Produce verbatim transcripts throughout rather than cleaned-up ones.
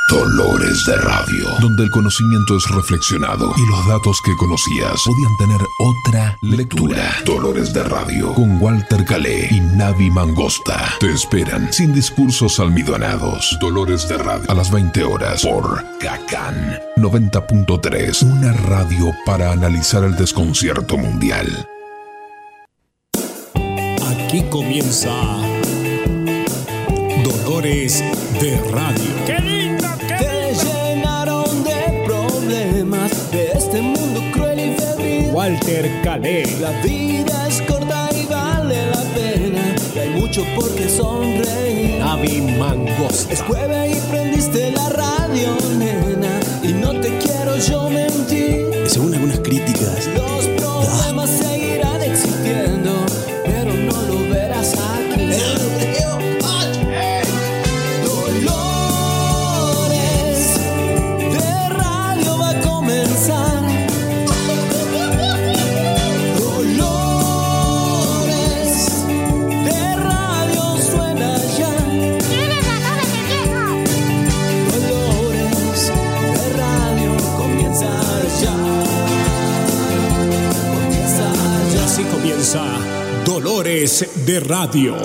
Dolores de Radio, donde el conocimiento es reflexionado y los datos que conocías podían tener otra lectura. Dolores de Radio, con Walter Calé y Navi Mangosta. Te esperan sin discursos almidonados. Dolores de Radio, a las veinte horas, por Cacán noventa punto tres. Una radio para analizar el desconcierto mundial. Aquí comienza Dolores de Radio. ¡Qué lindo, qué Te lindo! Llenaron de problemas de este mundo cruel y febril. Walter Calé. La vida es corta y vale la pena, y hay mucho por qué sonreír. Navi Mangosta. Es jueves y prendiste la radio, nena, y no te quiero yo mentir. Según algunas críticas, los problemas ah. seguirán existiendo, pero no lo verás aquí. Comienza Dolores de Radio.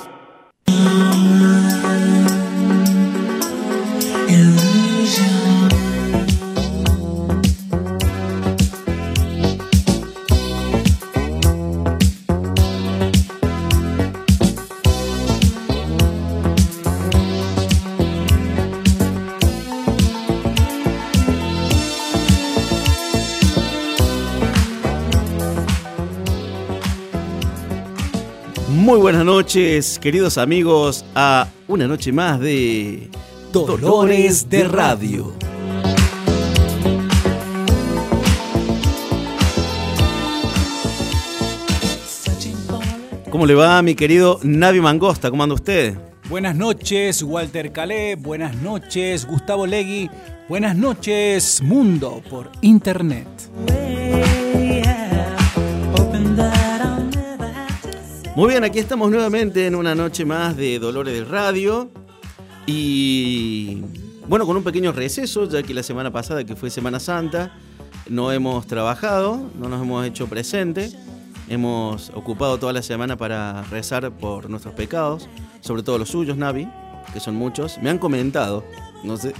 Muy buenas noches, queridos amigos, a una noche más de Dolores, Dolores de Radio. ¿Cómo le va, mi querido Navi Mangosta? ¿Cómo anda usted? Buenas noches, Walter Calé. Buenas noches, Gustavo Legui. Buenas noches, mundo por internet. Muy bien, aquí estamos nuevamente en una noche más de Dolores de Radio y bueno, con un pequeño receso, ya que la semana pasada, que fue Semana Santa, no hemos trabajado, no nos hemos hecho presente, hemos ocupado toda la semana para rezar por nuestros pecados, sobre todo los suyos, Navi, que son muchos, me han comentado, no sé...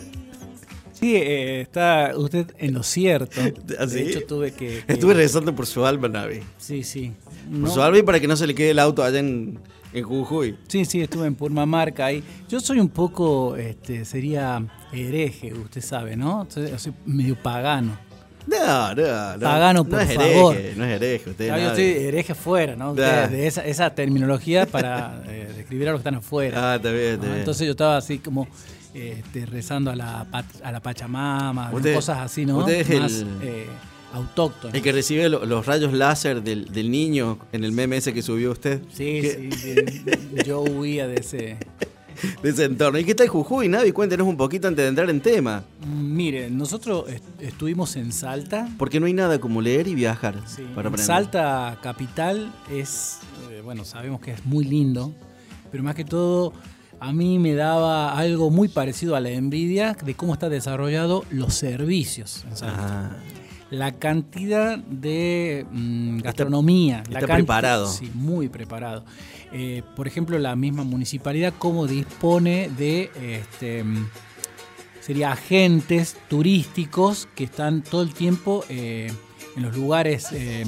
Sí, eh, está usted en lo cierto. ¿Así? De hecho, tuve que, que... Estuve rezando por su alma, Navi. Sí, sí. No. Por su alma y para que no se le quede el auto allá en, en Jujuy. Sí, sí, estuve en Purmamarca ahí. Yo soy un poco, este, sería hereje, usted sabe, ¿no? Soy, soy medio pagano. No, no, no. Pagano, por no es favor. Hereje, no es hereje. Usted claro, yo estoy hereje fuera, ¿no? De, de esa, esa terminología para eh, describir a los que están afuera. Ah, está bien, está ¿no? bien. Entonces yo estaba así como... Este, rezando a la, a la Pachamama, usted, cosas así, ¿no? Usted es más el, eh, autóctono. El que recibe lo, los rayos láser del, del niño en el meme ese que subió usted. Sí, ¿Qué? sí, yo huía de ese... de ese entorno. ¿Y qué tal Jujuy, Navi? Cuéntenos un poquito antes de entrar en tema. Mire, nosotros est- estuvimos en Salta. Porque no hay nada como leer y viajar Sí, para aprender. Salta capital es, eh, bueno, sabemos que es muy lindo, pero más que todo... A mí me daba algo muy parecido a la envidia de cómo está desarrollado los servicios en Salta. Ah. La cantidad de mmm, gastronomía. Está, la está canti- preparado. Sí, muy preparado. Eh, por ejemplo, la misma municipalidad cómo dispone de, este, sería agentes turísticos que están todo el tiempo eh, en los lugares, eh,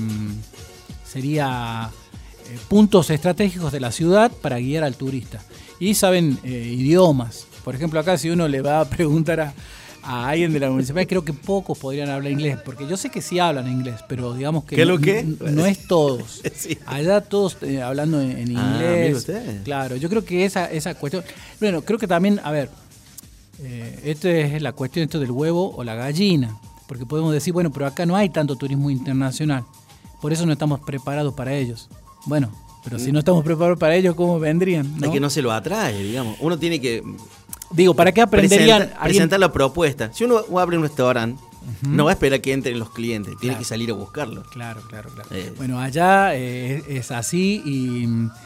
sería eh, puntos estratégicos de la ciudad para guiar al turista. Y saben eh, idiomas. Por ejemplo, acá si uno le va a preguntar a, a alguien de la municipalidad, creo que pocos podrían hablar inglés, porque yo sé que sí hablan inglés, pero digamos que ¿Qué no, lo que? no, no es todos. Sí. Allá todos eh, hablando en, en Ah, inglés. mire usted. Claro, yo creo que esa, esa cuestión... Bueno, creo que también, a ver, eh, esto es la cuestión esto del huevo o la gallina, porque podemos decir, bueno, pero acá no hay tanto turismo internacional, por eso no estamos preparados para ellos. Bueno... Pero si no estamos preparados para ellos, ¿cómo vendrían? ¿no? Es que no se lo atrae, digamos. Uno tiene que... Digo, ¿para qué aprenderían? Presenta, alguien... presentar la propuesta. Si uno abre un restaurante, uh-huh. no va a esperar que entren los clientes. Tiene claro. que salir a buscarlos. Claro, claro, claro. Eh. Bueno, allá eh, es así y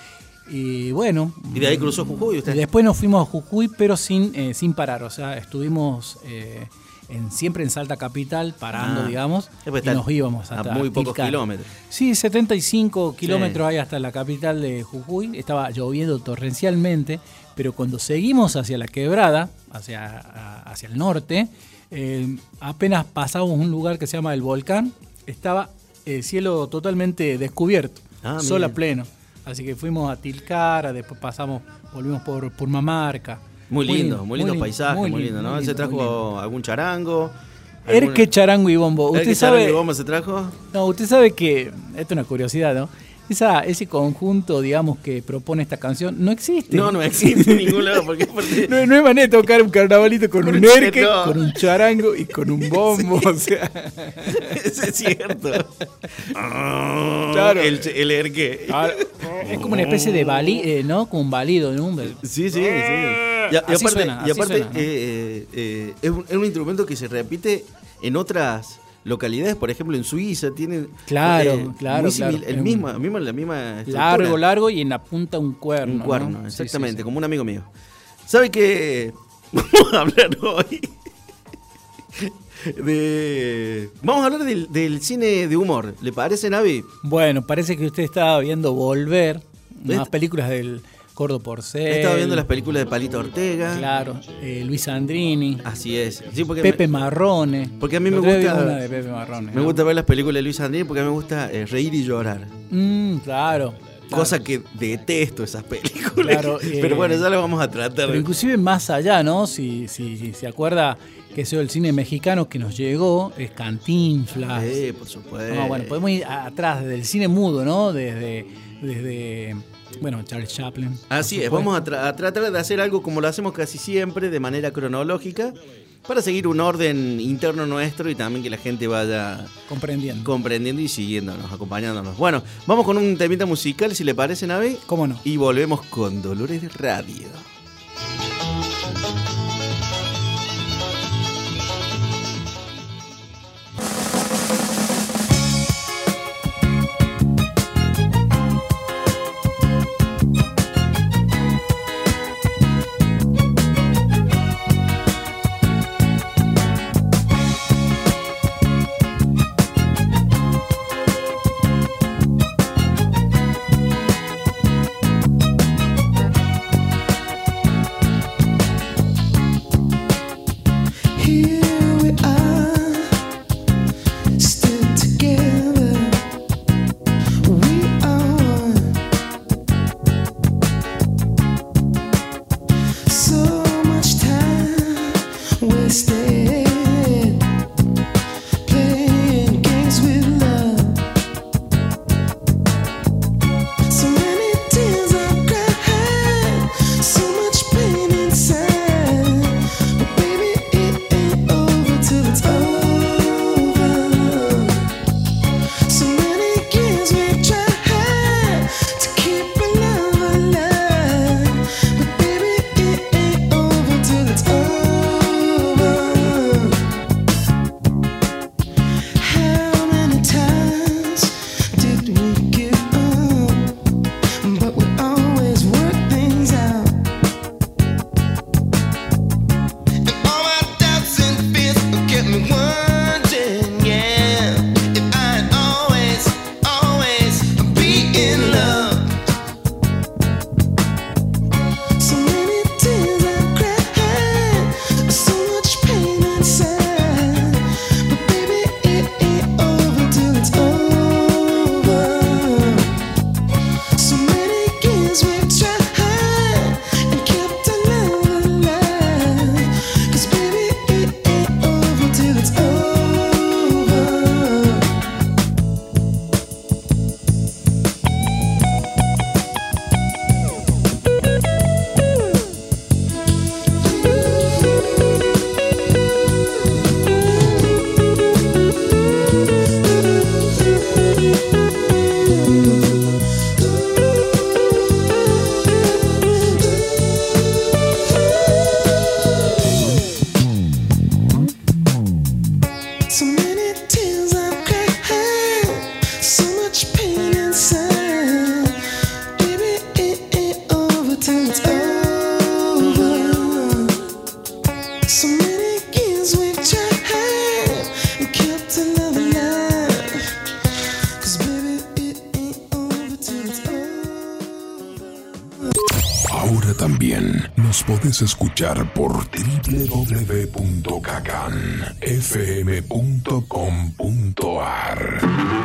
Y bueno. ¿Y de ahí cruzó Jujuy usted? Y después nos fuimos a Jujuy, pero sin, eh, sin parar. O sea, estuvimos eh, en, siempre en Salta Capital, parando, Ah. digamos, Después y está nos íbamos hasta a muy pocos Tilcara. kilómetros. Sí, setenta y cinco kilómetros Sí. hay hasta la capital de Jujuy. Estaba lloviendo torrencialmente, pero cuando seguimos hacia la quebrada, hacia, a- hacia el norte, eh, apenas pasamos un lugar que se llama El Volcán, estaba el cielo totalmente descubierto, Ah, sol a mira. pleno. Así que fuimos a Tilcara, después pasamos, volvimos por Purmamarca. Muy lindo, muy lindo muy paisaje, muy lindo, ¿no? muy ¿Se lindo, trajo muy lindo. algún charango? ¿Alguna- Erque, charango y bombo. ¿Erque, Usted charango sabe, y bomba se trajo? no, usted sabe que, esto es una curiosidad, ¿no? Esa, ese conjunto, digamos, que propone esta canción, no existe. No, no existe en ningún lado, porque aparte... No, no hay manera de tocar un carnavalito con, Con un un erque, no. con un charango y con un bombo, o sea. Eso es cierto. Claro. El, el erque. Ah, es como una especie de bali, eh, ¿no? Como un balido, ¿no? Un- Sí, sí, sí. Y, a- y Así aparte, suena, y así aparte suena, ¿no? eh, eh, es, un, es un instrumento que se repite en otras localidades, por ejemplo en Suiza tienen Claro, claro, muy claro. simil- el Es mismo, un- mismo, la misma estructura. Largo, largo y en la punta un cuerno. un cuerno, ¿no? Sí, exactamente, sí, sí. como un amigo mío. ¿Sabe qué? Vamos a hablar hoy de vamos a hablar del, del cine de humor, ¿le parece, Navi? Bueno, parece que usted estaba viendo Volver, ¿Ves? unas películas del Gordo Porcel. Estaba viendo las películas de Palito Ortega. Claro, eh, Luis Sandrini, Así es. Sí, porque Pepe me, Marrone. porque a mí me El otro día gusta- vi una de Pepe Marrone. me ¿no? gusta ver las películas de Luis Andrés porque a mí me gusta eh, reír y llorar. Mm, claro. Cosa que detesto esas películas. Claro, eh, Pero bueno, ya lo vamos a tratar. Pero inclusive más allá, ¿no? Si, si, si se acuerda que eso el cine mexicano que nos llegó, es Cantinflas. Sí, por supuesto. No, bueno, podemos ir a- atrás, desde el cine mudo, ¿no? Desde, desde bueno, Charles Chaplin. por Así es, supuesto. vamos a, tra- a tratar de hacer algo como lo hacemos casi siempre, de manera cronológica, para seguir un orden interno nuestro y también que la gente vaya Comprendiendo. comprendiendo y siguiéndonos, acompañándonos. Bueno, vamos con un temita musical, si le parece, Navi. ¿Cómo no? Y volvemos con Dolores de Radio. Dolores So many years we've tried and kept our love alive. 'Cause baby, it ain't over till it's over. Ahora también nos podés escuchar por doble u doble u doble u punto kakan f m punto com punto a r.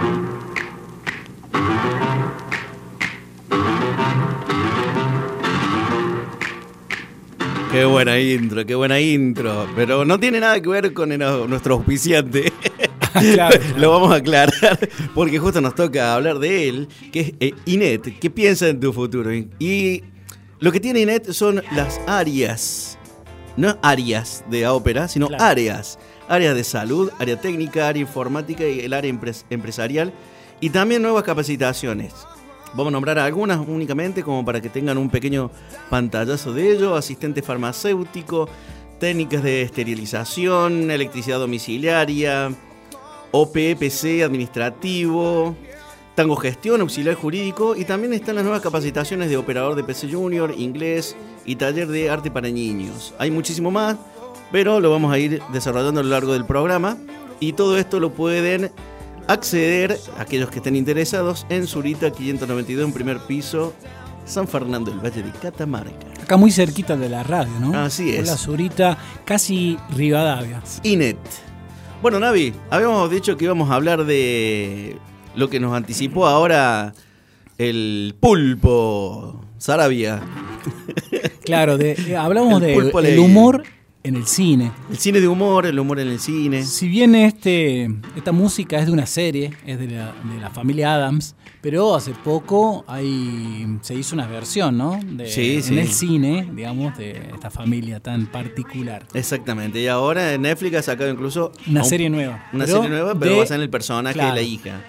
Qué buena intro, qué buena intro. Pero no tiene nada que ver con el, nuestro auspiciante. Claro. Lo vamos a aclarar porque justo nos toca hablar de él, que es eh, Inet. ¿Qué piensa en tu futuro? Y lo que tiene Inet son las áreas, no áreas de ópera, sino Claro. áreas. Áreas de salud, área técnica, área informática y el área empres- empresarial. Y también nuevas capacitaciones. Vamos a nombrar algunas únicamente como para que tengan un pequeño pantallazo de ello. Asistente farmacéutico, técnicas de esterilización, electricidad domiciliaria, O P P C administrativo, tango gestión, auxiliar jurídico, y también están las nuevas capacitaciones de operador de P C Junior, inglés y taller de arte para niños. Hay muchísimo más, pero lo vamos a ir desarrollando a lo largo del programa, y todo esto lo pueden acceder aquellos que estén interesados en Zurita quinientos noventa y dos, en primer piso, San Fernando del Valle de Catamarca. Acá muy cerquita de la radio, ¿no? Así es. La Zurita, casi Rivadavia. Inet. Bueno, Navi, habíamos dicho que íbamos a hablar de lo que nos anticipó ahora el pulpo Sarabia. Claro, de, eh, hablamos El del pulpo el le- humor en el cine. El cine de humor, el humor en el cine. Si bien este, esta música es de una serie, es de la, de la familia Adams, pero hace poco hay, se hizo una versión, ¿no? De, Sí, en sí. el cine, digamos, de esta familia tan particular. Exactamente. Y ahora en Netflix ha sacado incluso Una un- serie nueva. Una pero serie nueva, pero de- basada en el personaje claro. de la hija.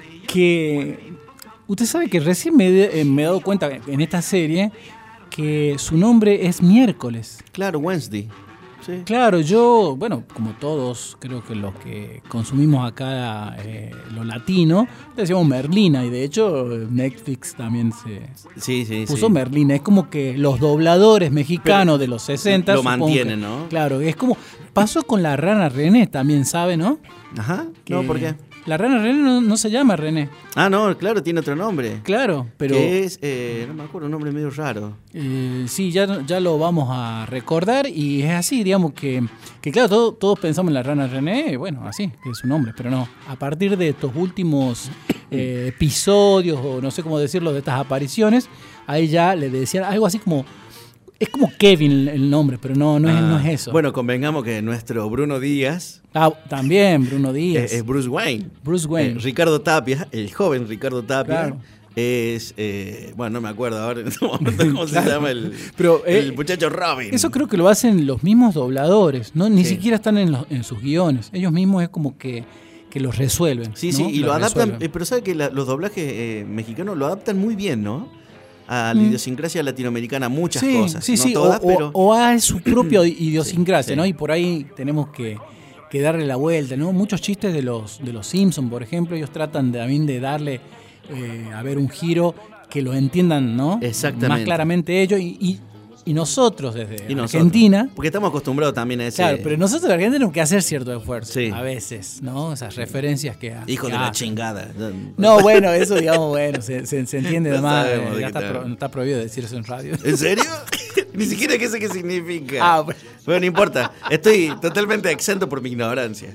Que usted sabe que recién me, he- me he dado cuenta en esta serie que su nombre es Miércoles. Claro, Wednesday. Sí. Claro, yo, bueno, como todos, creo que los que consumimos acá eh, lo latino, le decíamos Merlina, y de hecho Netflix también se Sí, sí, puso sí. Merlina. Es como que los dobladores mexicanos de los sesenta lo supongo mantienen, que- ¿no? Claro, es como, pasó con la rana René también, ¿sabe, no? Ajá. Que No, ¿por qué? La rana René no, no se llama René, Ah, no, claro, tiene otro nombre. claro, pero... Que es, eh, no me acuerdo, un nombre medio raro. Eh, sí, ya, ya lo vamos a recordar y es así, digamos que, que claro, todo- todos pensamos en la rana René, bueno, así, que es su nombre, pero no, a partir de estos últimos eh, episodios, o no sé cómo decirlo, de estas apariciones, ahí ya le decían algo así como, es como Kevin el, el nombre, pero no, no, es, Ah, no es eso. Bueno, convengamos que nuestro Bruno Díaz Ah, también Bruno Díaz, es, es Bruce Wayne. Bruce Wayne. Eh, Ricardo Tapia, el joven Ricardo Tapia, Claro. es, eh, bueno, no me acuerdo ahora en este momento cómo Claro. se llama el, Pero, eh, el muchacho Robin. Eso creo que lo hacen los mismos dobladores, ¿no? Ni Sí. siquiera están en, los- en sus guiones, ellos mismos es como que, que los resuelven. Sí, ¿no? sí, y Los lo adaptan, resuelven. eh, pero sabe que la- los doblajes eh, mexicanos lo adaptan muy bien, ¿no? A la Mm. idiosincrasia latinoamericana, muchas sí, cosas. Sí, no sí, todas, o, pero... o, o a su propia idiosincrasia, Sí, sí. ¿no? Y por ahí tenemos que, que darle la vuelta, ¿no? Muchos chistes de los de los Simpsons, por ejemplo, ellos tratan de, también de darle, eh, a ver, un giro que lo entiendan, ¿no? Exactamente. Más claramente ellos y, y, y nosotros desde Y nosotros, Argentina. porque estamos acostumbrados también a ese... Claro, pero nosotros en Argentina tenemos que hacer cierto esfuerzo, Sí. a veces, ¿no? Esas referencias que Hijo que de la hacen. chingada. No, bueno, eso digamos, bueno, se, se, se entiende No además, sabemos de ya qué está, está pro- hablando. está prohibido decir eso en radio. ¿En serio? Ni siquiera qué sé qué significa. Ah, bueno. Bueno, no importa. Estoy totalmente exento por mi ignorancia.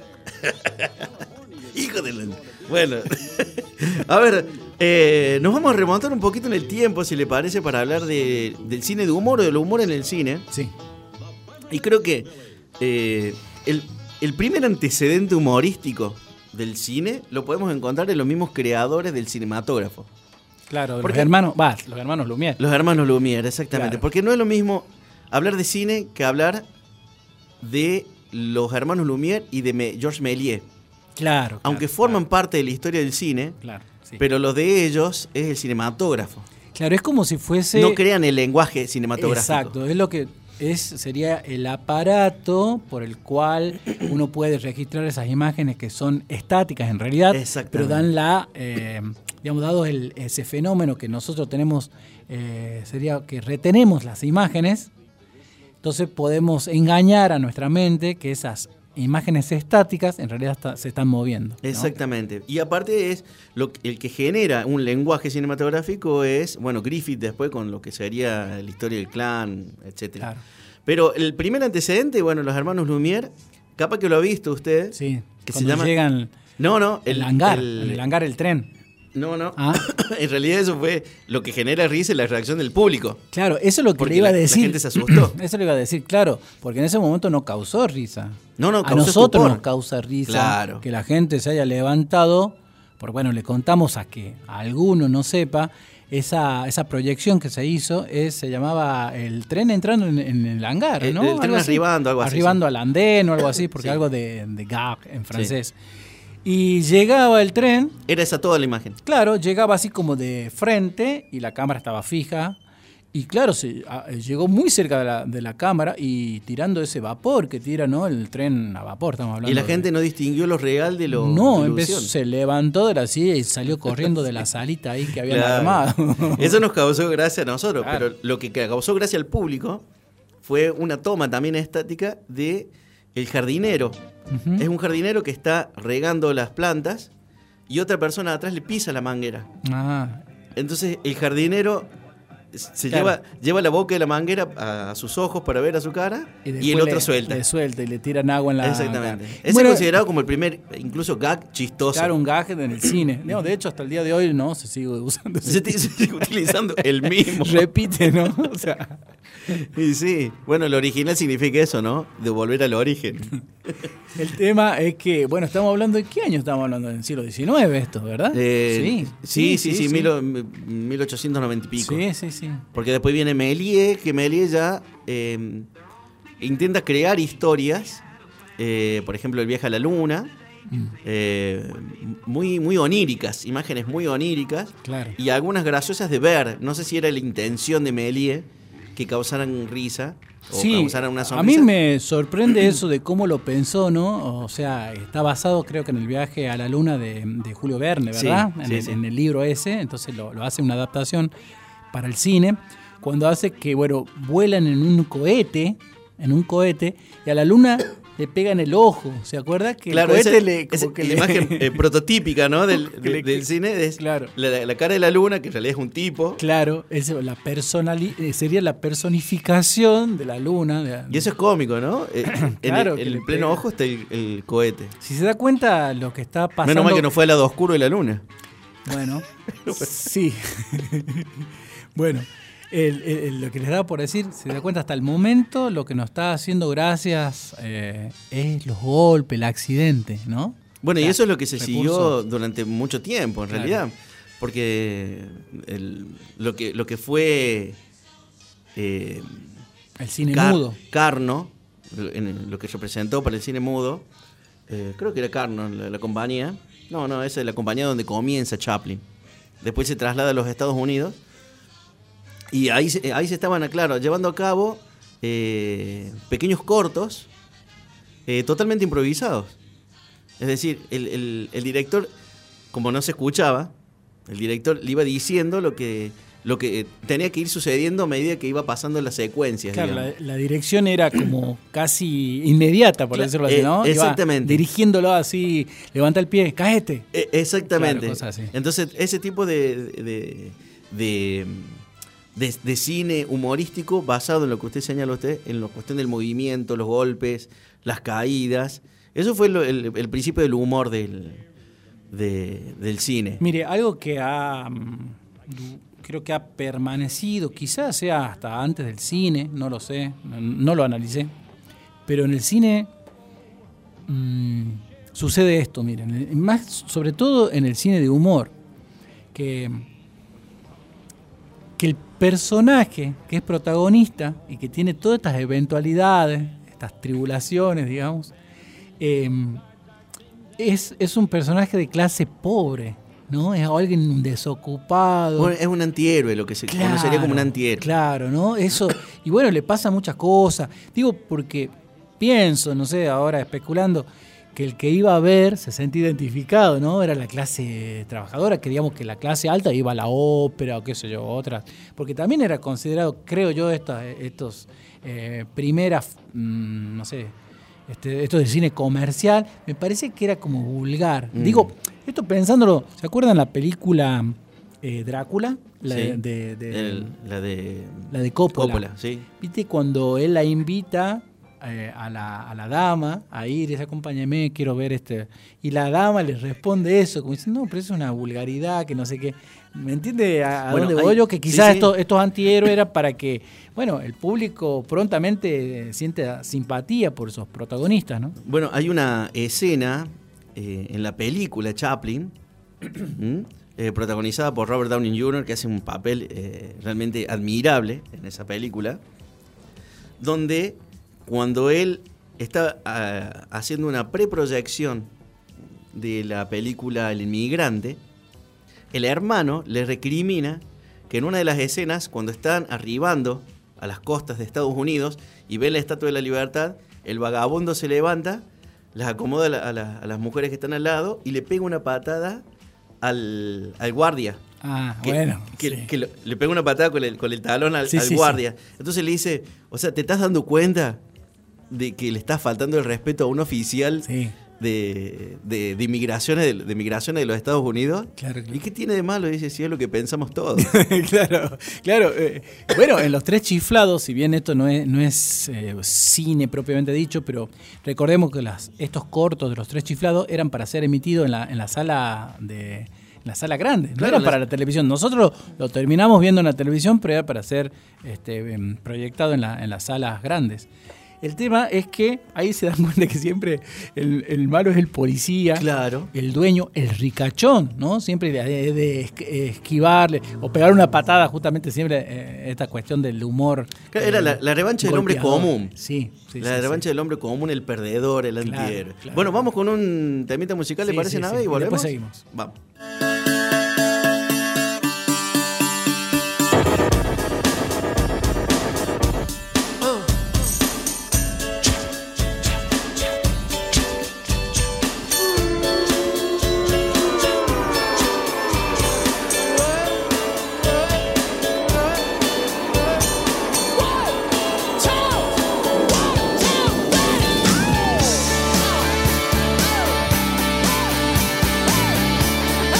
Hijo de la... Bueno. A ver, eh, nos vamos a remontar un poquito en el tiempo, si le parece, para hablar de, del cine de humor o del humor en el cine. Sí. Y creo que eh, el, el primer antecedente humorístico del cine lo podemos encontrar en los mismos creadores del cinematógrafo. Claro, los Porque- hermanos, va, los hermanos Lumière. Los hermanos Lumière, exactamente. Claro. Porque no es lo mismo hablar de cine que hablar de los hermanos Lumière y de Me- Georges Méliès. Claro. Aunque claro, forman parte de la historia del cine, Claro, sí. pero lo de ellos es el cinematógrafo. Claro, es como si fuese. No crean el lenguaje cinematográfico. Exacto, es lo que es sería el aparato por el cual uno puede registrar esas imágenes que son estáticas en realidad, Exactamente. pero dan la, eh, digamos, dado el, ese fenómeno que nosotros tenemos, eh, sería que retenemos las imágenes, Entonces podemos engañar a nuestra mente que esas imágenes estáticas en realidad está, se están moviendo, ¿no? Exactamente. Y aparte es lo que- el que genera un lenguaje cinematográfico es, bueno, Griffith después con lo que sería la historia del clan, etcétera. Claro. Pero el primer antecedente, bueno, los hermanos Lumière, capaz que lo ha visto usted. Sí, Que se cuando llama- llegan No, no, el, hangar, el- en el hangar el tren. No, no. Ah. En realidad eso fue lo que genera risa y la reacción del público. Claro, eso es lo que Porque le iba a la- la decir. gente se asustó. Eso le iba a decir, claro, porque en ese momento no causó risa. No, no, a causó nosotros estupor. nos causa risa Claro. que la gente se haya levantado, porque bueno, le contamos a que alguno no sepa, esa, esa proyección que se hizo es, se llamaba el tren entrando en, en el hangar, El- ¿no? el tren Algo así. arribando, algo así, Arribando sí. al andén o algo así, porque Sí. algo de, de gare en francés. Y llegaba el tren, Era esa toda la imagen. claro, llegaba así como de frente y la cámara estaba fija. Y claro, se, a- llegó muy cerca de la, de la cámara y tirando ese vapor que tira, ¿no? El tren a vapor, estamos hablando. Y la de- gente no distinguió lo real de lo No, de la empezó, ilusión. se levantó de la silla y salió corriendo de la salita ahí que habían Claro. armado. Eso nos causó gracia a nosotros, Claro. pero lo que causó gracia al público fue una toma también estática de el jardinero. Ujú. Es un jardinero que está regando las plantas y otra persona atrás le pisa la manguera. Ah, Entonces el jardinero se Claro. lleva, lleva la boca de la manguera a, a sus ojos para ver a su cara y, después el otro le- suelta. Le suelta y le tiran agua en la Exactamente. cara. Ese Bueno, es considerado como el primer, incluso gag chistoso. Claro, un gaje en el cine. No, de hecho, hasta el día de hoy no se sigue usando. ese Se, te- se sigue utilizando el mismo. Repite, ¿no? O sea, Y sí, bueno, el original significa eso, ¿no? De volver al origen. el tema es que, bueno, estamos hablando de qué año estamos hablando, del siglo diecinueve esto, ¿verdad? Eh, sí, sí, sí, mil o- mil ochocientos noventa y pico. Sí, sí, sí. Porque después viene Méliès, que Méliès ya eh, intenta crear historias, eh, por ejemplo, el viaje a la luna, Mm, eh, muy, muy oníricas, imágenes muy oníricas, claro. y algunas graciosas de ver. No sé si era la intención de Méliès que causaran risa o Sí, causaran una a sonrisa. mí me sorprende eso de cómo lo pensó, ¿no? O sea, está basado creo que en el viaje a la luna de, de Julio Verne, Sí, ¿verdad? en, sí, el, sí. en el libro ese, entonces lo, lo hace una adaptación para el cine, cuando hace que, bueno, vuelan en un cohete, en un cohete, y a la luna le pegan el ojo, ¿se acuerda? Que Claro, el cohete esa- le, como esa- que la le- imagen eh, prototípica, ¿no? del, Que le- de- del cine es Claro. la, la cara de la luna, que en realidad es un tipo. Claro, eso, la personali- eh, sería la personificación de la luna. de- Y eso es cómico, ¿no? Eh, en Claro, el, que en le el pleno pega. ojo está el, el cohete. Si se da cuenta lo que está pasando... Menos mal que no fue al lado oscuro de la luna. Bueno, sí. Bueno, el- el- el- lo que les da por decir, se da cuenta hasta el momento, lo que nos está haciendo gracias eh, es los golpes, el accidente, ¿no? Bueno, O sea, y eso es lo que se recurso. siguió durante mucho tiempo, en Claro. realidad. Porque el- lo, que, lo que fue eh, El cine Car- mudo. Carno, en lo que representó para el cine mudo, eh, creo que era Carno, la, la compañía. No, no, esa es la compañía donde comienza Chaplin. Después se traslada a los Estados Unidos. Y ahí, se- ahí se estaban, claro, llevando a cabo eh, pequeños cortos eh, totalmente improvisados. Es decir, el, el- el director, como no se escuchaba, el director le iba diciendo lo que, lo que tenía que ir sucediendo a medida que iba pasando las secuencias. Claro, digamos. la, la dirección era como casi inmediata, por Cla- decirlo así, eh, ¿no? Iba exactamente. dirigiéndolo así, levanta el pie, cáete. E- Exactamente. Claro, cosas así. Entonces, ese tipo de, de, de, de- de cine humorístico basado en lo que usted señala usted, en la cuestión del movimiento, los golpes, las caídas. Eso fue lo- el, el principio del humor del, de- del cine. Mire, algo que ha, mm, du- creo que ha permanecido, quizás sea hasta antes del cine, no lo sé, no, no lo analicé, pero en el cine mm, sucede esto, miren, eh, más sobre todo en el cine de humor, que, que el personaje que es protagonista y que tiene todas estas eventualidades, estas tribulaciones, digamos, eh, es, es un personaje de clase pobre, ¿no? Es alguien desocupado. Bueno, es un antihéroe, lo que se conocería como un antihéroe. Claro, ¿no? Eso, y bueno, le pasan muchas cosas. Digo, porque pienso, no sé, ahora especulando, que el que iba a ver se sentía identificado, ¿no? Era la clase trabajadora, creíamos que la clase alta iba a la ópera o qué sé yo, otras, porque también era considerado, creo yo, estas estos eh, primeras, mmm, no sé, este, esto del cine comercial, me parece que era como vulgar. Mm. Digo, esto pensándolo, ¿se acuerdan la película eh, Drácula? La, sí, de, de, de, el, la de la de Coppola. Coppola, sí. ¿Viste cuando él la invita eh, a, la, a la dama a ir, dice, acompáñame, quiero ver este? Y la dama le responde eso, como dice, no, pero eso es una vulgaridad, que no sé qué. ¿Me entiende a, a bueno, dónde hay, voy yo? Que quizás sí, sí. Estos, estos antihéroes era para que, bueno, el público prontamente siente simpatía por esos protagonistas, ¿no? Bueno, hay una escena eh, en la película Chaplin, Eh, protagonizada por Robert Downey junior, que hace un papel eh, realmente admirable en esa película, donde cuando él está uh, haciendo una preproyección de la película El Inmigrante, el hermano le recrimina que en una de las escenas, cuando están arribando a las costas de Estados Unidos y ven la Estatua de la Libertad, el vagabundo se levanta, las acomoda a, la, a, la, a las mujeres que están al lado y le pega una patada Al, al guardia. Ah, que, bueno. Que, sí. que lo, le pega una patada con el, con el talón al, sí, al sí, guardia. Sí. Entonces le dice, o sea, ¿te estás dando cuenta de que le estás faltando el respeto a un oficial sí. de, de, de, inmigraciones, de, de migraciones de los Estados Unidos? Claro, claro. ¿Y qué tiene de malo? Dice, si es lo que pensamos todos. claro, claro. Eh, bueno, en Los Tres Chiflados, si bien esto no es, no es eh, cine propiamente dicho, pero recordemos que las, estos cortos de Los Tres Chiflados eran para ser emitidos en la, en la sala de... En la sala grande, no claro, era para la televisión. Nosotros lo, lo terminamos viendo en la televisión, pero era para ser este, proyectado en, la, en las salas grandes. El tema es que ahí se dan cuenta que siempre el, el malo es el policía, claro. El dueño, el ricachón, ¿no? Siempre de, de, de esquivarle o pegar una patada, justamente siempre eh, esta cuestión del humor. Claro, era eh, la, la revancha del hombre común. Sí, sí. La sí, revancha sí. del hombre común, el perdedor, el claro, antihéroe. Claro. Bueno, vamos con un temita musical, ¿le sí, parece, sí, Nave? Sí. Y volvemos. Y después seguimos. Vamos. One, two, one, two, three.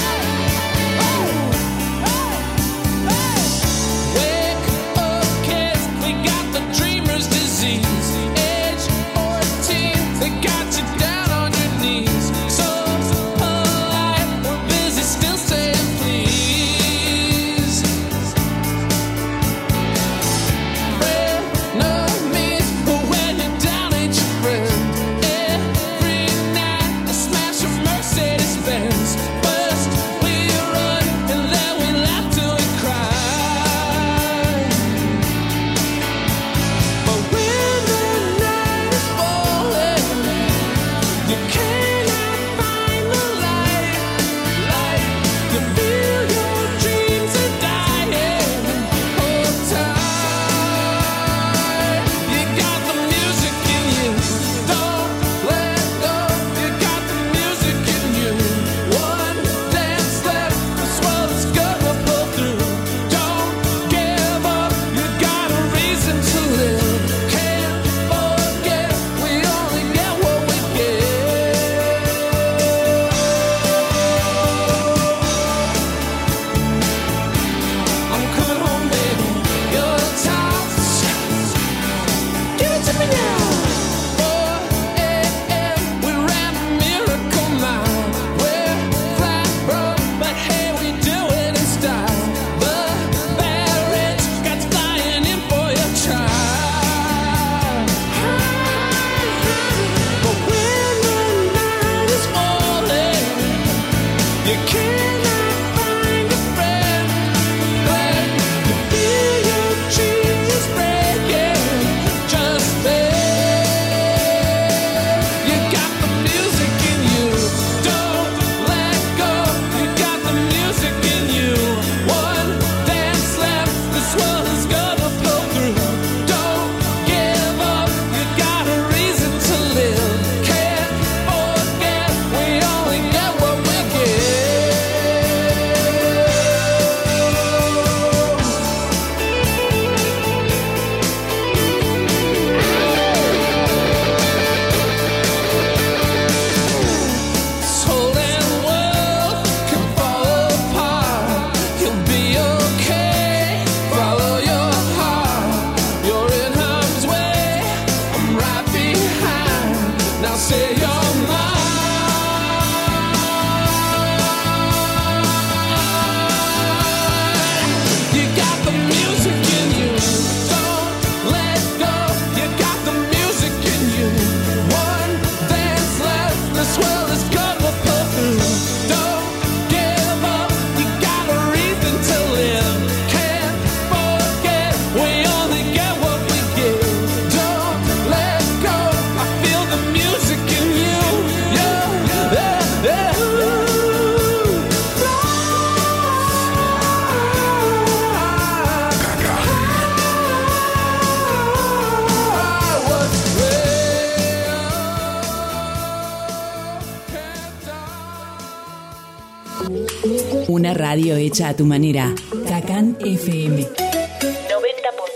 Una radio hecha a tu manera. Cacán F M noventa punto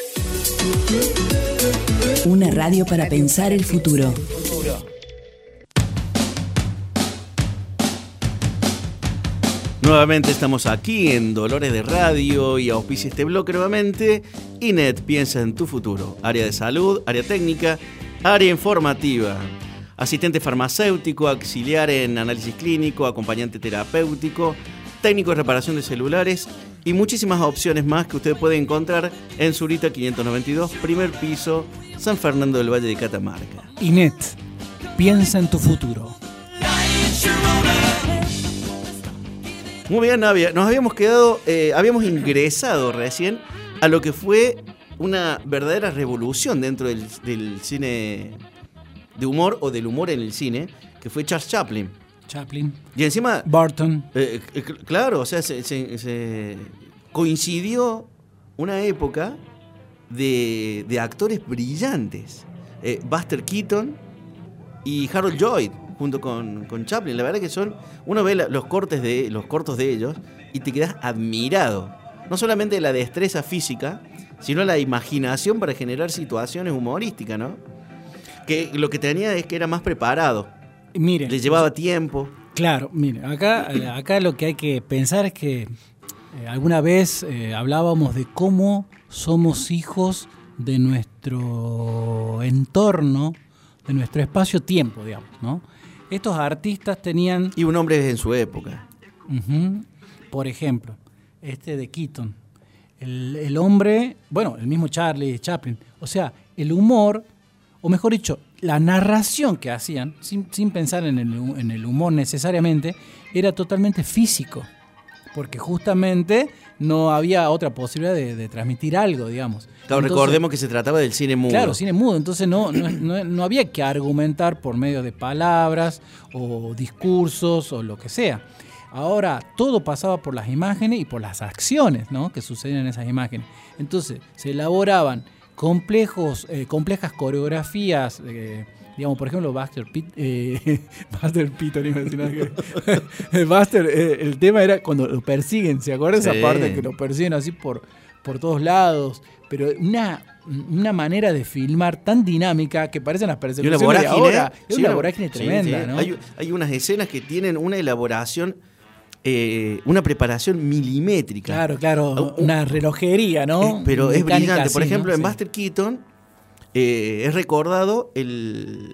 tres. Una radio para pensar el futuro. Nuevamente estamos aquí en Dolores de Radio y auspicia este bloque nuevamente. INET piensa en tu futuro. Área de salud, área técnica, área informativa. Asistente farmacéutico, auxiliar en análisis clínico, acompañante terapéutico, técnico de reparación de celulares y muchísimas opciones más que usted puede encontrar en Zurita quinientos noventa y dos, primer piso, San Fernando del Valle de Catamarca. INET, piensa en tu futuro. Muy bien, Navia. Nos habíamos quedado, eh, habíamos ingresado recién a lo que fue una verdadera revolución dentro del, del cine de humor o del humor en el cine, que fue Charles Chaplin. Chaplin. Y encima, Burton. Eh, eh, claro, o sea, se, se, se coincidió una época de, de actores brillantes. Eh, Buster Keaton y Harold Lloyd, junto con, con Chaplin. La verdad que son, uno ve la, los cortes de los cortos de ellos y te quedas admirado. No solamente de la destreza física, sino la imaginación para generar situaciones humorísticas, ¿no? Que lo que tenía es que era más preparado. Mire, le llevaba tiempo. Claro, mire, acá, acá lo que hay que pensar es que eh, alguna vez eh, hablábamos de cómo somos hijos de nuestro entorno, de nuestro espacio-tiempo, digamos, ¿no? Estos artistas tenían... Y un hombre en su época. Uh-huh, por ejemplo, este de Keaton. El, el hombre, bueno, el mismo Charlie Chaplin. O sea, el humor, o mejor dicho, la narración que hacían, sin, sin pensar en el, en el humor necesariamente, era totalmente físico. Porque justamente no había otra posibilidad de, de transmitir algo, digamos. Claro, entonces, recordemos que se trataba del cine mudo. Claro, cine mudo. Entonces no, no, no, no había que argumentar por medio de palabras o discursos o lo que sea. Ahora, todo pasaba por las imágenes y por las acciones, ¿no?, que sucedían en esas imágenes. Entonces, se elaboraban complejos, eh, complejas coreografías, eh, digamos, por ejemplo, Buster Pitt, eh, Buster Keaton, iba a decir nada que Buster, eh, el tema era cuando lo persiguen, ¿se acuerdan? Sí. Esa parte que lo persiguen así por, por todos lados, pero una, una manera de filmar tan dinámica que parecen las persecuciones y una vorágine, de ahora. Es sí, una vorágine sí, tremenda, sí. ¿no? Hay, hay unas escenas que tienen una elaboración, eh, una preparación milimétrica. Claro, claro, uh, una relojería, ¿no? Es, pero Mecánica, es brillante. Por así, ejemplo, ¿no? en Sí. Buster Keaton eh, es recordado el,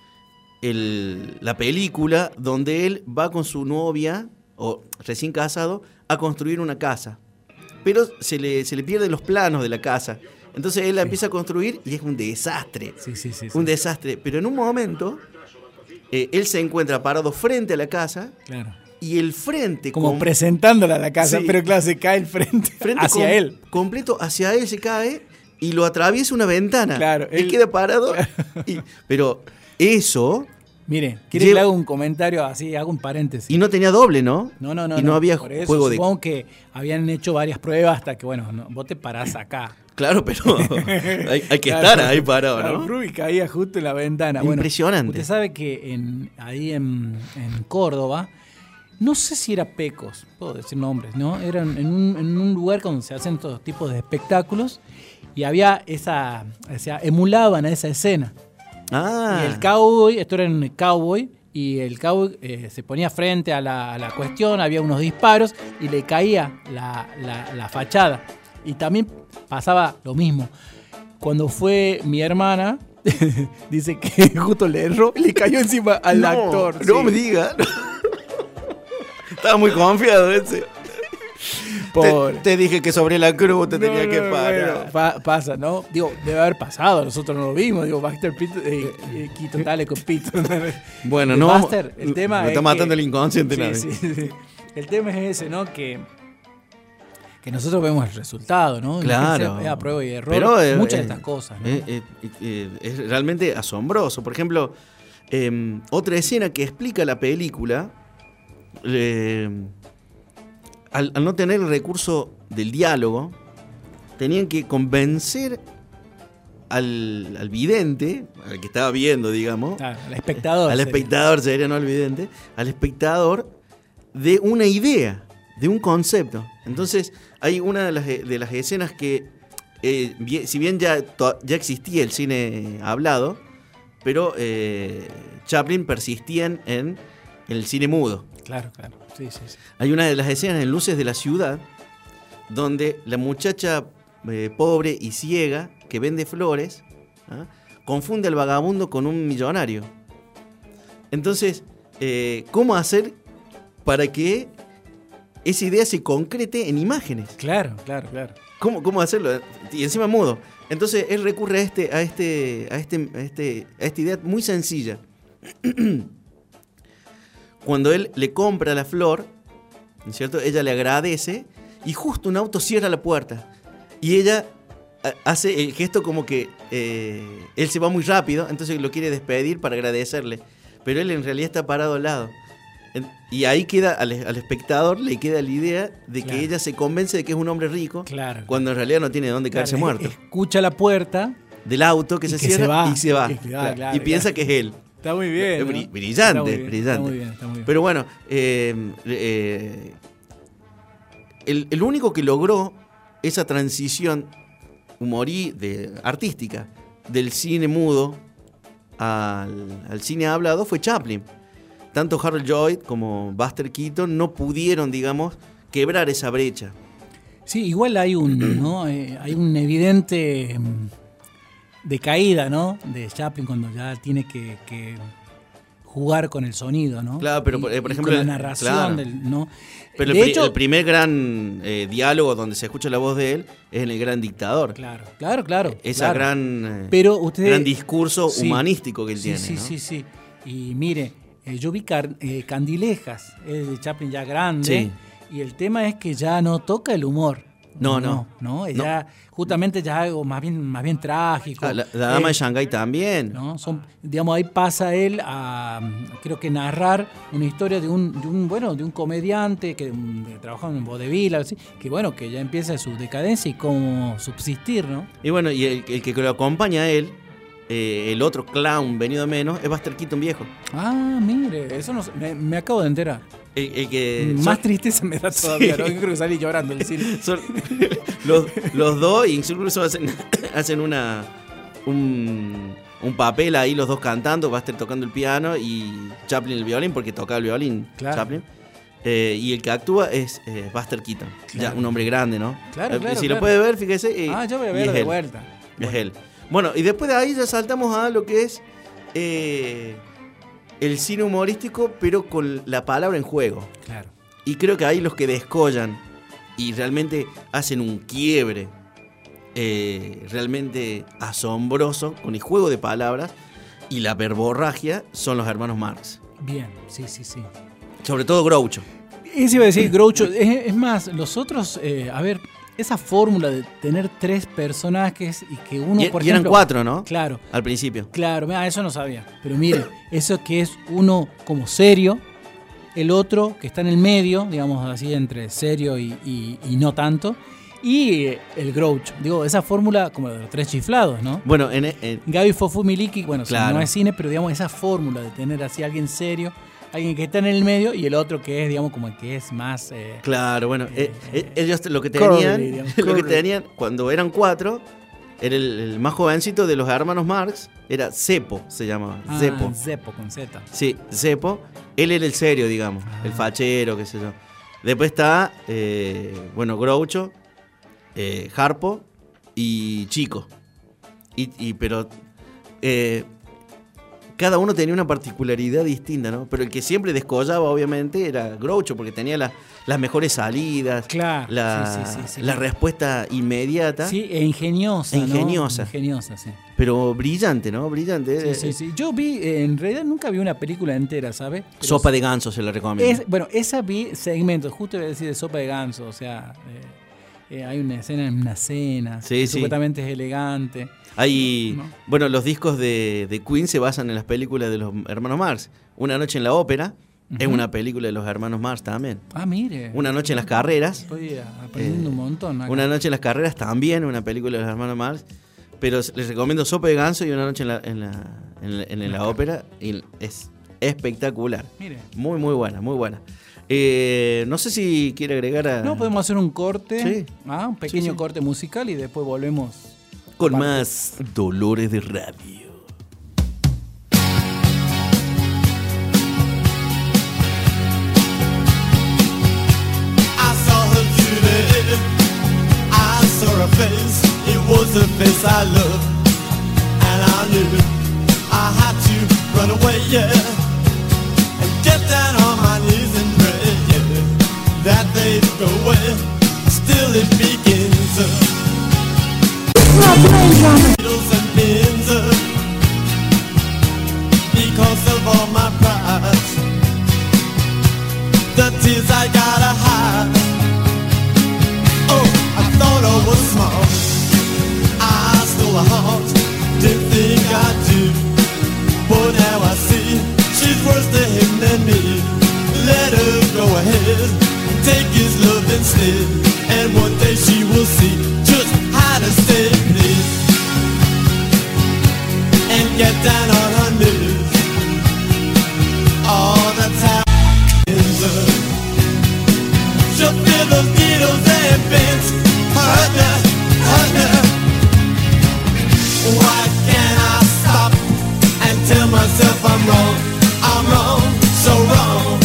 el, la película donde él va con su novia, o recién casado, a construir una casa. Pero se le, se le pierden los planos de la casa. Entonces él la sí. empieza a construir y es un desastre. Sí, sí, sí, un sí. desastre. Pero en un momento, eh, él se encuentra parado frente a la casa. Claro. Y el frente... Como com- presentándola a la casa, sí. pero claro, se cae el frente, frente hacia com- él. Completo hacia él se cae y lo atraviesa una ventana. Claro. Él, él queda parado. Y, pero eso... Mire, ¿quiere lleva... que le haga un comentario así, hago un paréntesis? Y no tenía doble, ¿no? No, no, no. Y no, no había por eso, juego de... Supongo que habían hecho varias pruebas hasta que, bueno, no, vos te parás acá. Claro, pero hay, hay que claro, estar ahí parado, ¿no? Ruby caía justo en la ventana. Impresionante. Bueno, usted sabe que en, ahí en, en Córdoba, no sé si era Pecos, puedo decir nombres, ¿no? Era en un, en un lugar donde se hacen todos tipos de espectáculos y había esa, o sea, emulaban a esa escena. Ah. Y el cowboy, esto era en el cowboy, y el cowboy eh, se ponía frente a la, a la cuestión, había unos disparos y le caía la, la, la fachada. Y también pasaba lo mismo. Cuando fue mi hermana, dice que justo le erró y le cayó encima al no, actor. No sí. me diga. Estaba muy confiado ese. Te, te dije que sobre la cruz te no, tenía no, que parar. Bueno, pa- pasa, ¿no? Digo, debe haber pasado, nosotros no lo vimos. Digo, Buster Keaton, eh, eh, Keaton, dale con Keaton. Bueno, no. Buster, el tema me es está matando que, el inconsciente. Sí, sí, sí. El tema es ese, ¿no? Que, que nosotros vemos el resultado, ¿no? Claro. Es a prueba y error. Pero, eh, muchas eh, de estas cosas, ¿no? Eh, eh, eh, es realmente asombroso. Por ejemplo, eh, otra escena que explica la película. Eh, Al, al no tener el recurso del diálogo, tenían que convencer al, al vidente, al que estaba viendo, digamos. Claro, al espectador. Al sería. espectador, sería no al vidente, al espectador de una idea. de un concepto. Entonces, hay una de las, de las escenas que, eh, bien, si bien ya, to, ya existía el cine hablado, pero eh, Chaplin persistía en, en el cine mudo. Claro, claro. Sí, sí, sí. Hay una de las escenas en Luces de la Ciudad, donde la muchacha eh, pobre y ciega que vende flores, ¿ah? confunde al vagabundo con un millonario. Entonces, eh, ¿cómo hacer para que esa idea se concrete en imágenes? Claro, claro, claro. ¿Cómo, cómo hacerlo? Y encima mudo. Entonces él recurre a este, a este, a este, a este, a esta idea muy sencilla. Cuando él le compra la flor, ¿no es cierto? Ella le agradece y justo un auto cierra la puerta y ella hace el gesto como que eh, él se va muy rápido, entonces lo quiere despedir para agradecerle, pero él en realidad está parado al lado. Y ahí queda al, al espectador le queda la idea de Claro. que ella se convence de que es un hombre rico, Claro. cuando en realidad no tiene dónde caerse Claro, muerto. Escucha la puerta. Del auto que Y se que cierra se va. y se va. Y, claro, Claro. claro, Y piensa claro. que es él. Está muy bien. ¿no? Bri- brillante, Está muy bien, brillante. Está muy bien, está muy bien. Pero bueno, eh, eh, el, el único que logró esa transición humorí de, artística del cine mudo al, al cine hablado fue Chaplin. Tanto Harold Lloyd como Buster Keaton no pudieron, digamos, quebrar esa brecha. Sí, igual hay un, ¿no? Eh, hay un evidente mm, decaída, ¿no? De Chaplin cuando ya tiene que, que jugar con el sonido, ¿no? Claro, pero, Y- por- eh, por y ejemplo, con la el- narración claro. del, ¿no? Pero de el, pri- hecho, el primer gran eh, diálogo donde se escucha la voz de él es en El Gran Dictador. claro, claro, claro. Esa claro. gran, eh, Pero ustedes- gran discurso Sí. humanístico que él Sí, tiene. sí, ¿no? sí, sí. Y mire, eh, yo vi Car- eh, Candilejas, es de Chaplin ya grande, Sí. y el tema es que ya no toca el humor. No, no. No, no, ya justamente ya algo más bien, más bien trágico. Ah, la, la dama Eh, de Shanghái también. ¿no? Son, digamos, ahí pasa él a, creo que narrar una historia de un, de un bueno, de un comediante que, que trabajaba en vodevil, algo así, que bueno, que ya empieza su decadencia y cómo subsistir, ¿no? Y bueno, y el, el que lo acompaña a él, eh, el otro clown venido a menos, es Buster Keaton viejo. Ah, mire, eso no, sé, me, me acabo de enterar. El, el que Más son- tristeza me da todavía, ¿no? Yo creo que salí llorando del cine. son los, los dos, y incluso hacen, hacen una un, un papel ahí, los dos cantando, Buster tocando el piano y Chaplin el violín, porque tocaba el violín Claro. Chaplin. Eh, y el que actúa es eh, Buster Keaton, ya Claro. un hombre grande, ¿no? Claro, Eh, claro, si claro. lo puede ver, fíjese. eh, Ah, yo voy a y ver es de él. vuelta. Es él. Bueno, y después de ahí ya saltamos a lo que es eh, el cine humorístico, pero con la palabra en juego. Claro. Y creo que ahí los que descollan y realmente hacen un quiebre eh, realmente asombroso con el juego de palabras y la verborragia son los hermanos Marx. Bien, sí, sí, sí. Sobre todo Groucho. Eso iba a decir, Groucho. Es, es más, los otros, eh, a ver, esa fórmula de tener tres personajes y que uno, Y, por y eran ejemplo. cuatro, ¿no? Claro, Al principio. claro, mira, eso no sabía. Pero mire, eso que es uno como serio, el otro que está en el medio, digamos así, entre serio y, y- y no tanto, y eh, el Groucho. Digo, esa fórmula como de los tres chiflados, ¿no? Bueno, en, en- Gaby Fofú Miliki, bueno, si Claro. no es cine, pero digamos esa fórmula de tener así alguien serio, alguien que está en el medio y el otro que es, digamos, como el que es más... eh, claro, bueno, eh, eh, ellos lo que Curly, tenían, digamos, lo que curly. tenían cuando eran cuatro, era el, el más jovencito de los hermanos Marx, era Zepo, se llamaba, ah, Zepo. Zepo con Z. Sí, Zepo. Él era el serio, digamos, Ah. el fachero, qué sé yo. Después está, eh, bueno, Groucho, eh, Harpo y Chico. Y, y- pero eh, cada uno tenía una particularidad distinta, ¿no? Pero el que siempre descollaba, obviamente, era Groucho, porque tenía la- las mejores salidas, Claro, la, sí, sí, sí, sí. la respuesta inmediata, Sí, e ingeniosa, ¿no? Ingeniosa. Ingeniosa, sí. pero brillante, ¿no? Brillante. Sí, sí, sí. Yo vi, eh, en realidad nunca vi una película entera, ¿sabes? Pero Sopa de ganso se la recomiendo. es, bueno, esa vi segmentos, justo iba a decir de sopa de ganso, o sea, eh, eh, hay una escena en una cena, Sí, sí. supuestamente es elegante. Hay, ¿No? bueno, los discos de, de Queen se basan en las películas de los hermanos Marx. Una noche en la ópera es Ujú. una película de los hermanos Marx también. Ah, mire. Una noche en las carreras, Estoy aprendiendo Eh, un montón. acá. una noche en las carreras también una película de los hermanos Marx. Pero les recomiendo Sopa de ganso y Una noche en la, en la, en la, en la ópera. Y es espectacular. Mire. Muy, muy buena, muy buena. Eh, no sé si quiere agregar a... No, podemos hacer un corte, Sí. ah, un pequeño Sí, sí. corte musical y después volvemos. con Parte. más Dolores de Radio. I saw her today. I saw her face. It was the face I loved, and I knew I had to run away, yeah, and get down on my knees and pray, yeah, that they'd go away. Still it begins. Uh, needles and pins, uh, because of all my pride. The tears I gotta hide. Oh, I thought I was smart. I stole a heart. Didn't think I'd do. But now I see she's worse to him than me. Let her go ahead. Take his love instead. And one day she will see just how to stay please. And get down on her knees. All the time. She'll feel those needles and pins. Hurt her, hurt her. Why can't I stop and tell myself I'm wrong? I'm wrong, so wrong.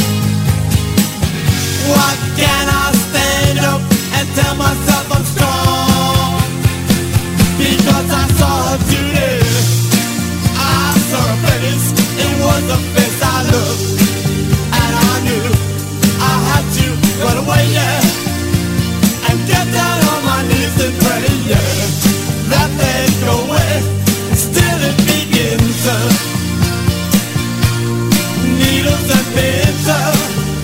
Why can't I stand up and tell myself I'm strong? Because I saw her today. I saw her face. It was a face I loved. And I knew I had to run away, yeah, and get down on my knees and pray, yeah, that they'd go away. Still it begins. Uh, needles and pins, uh,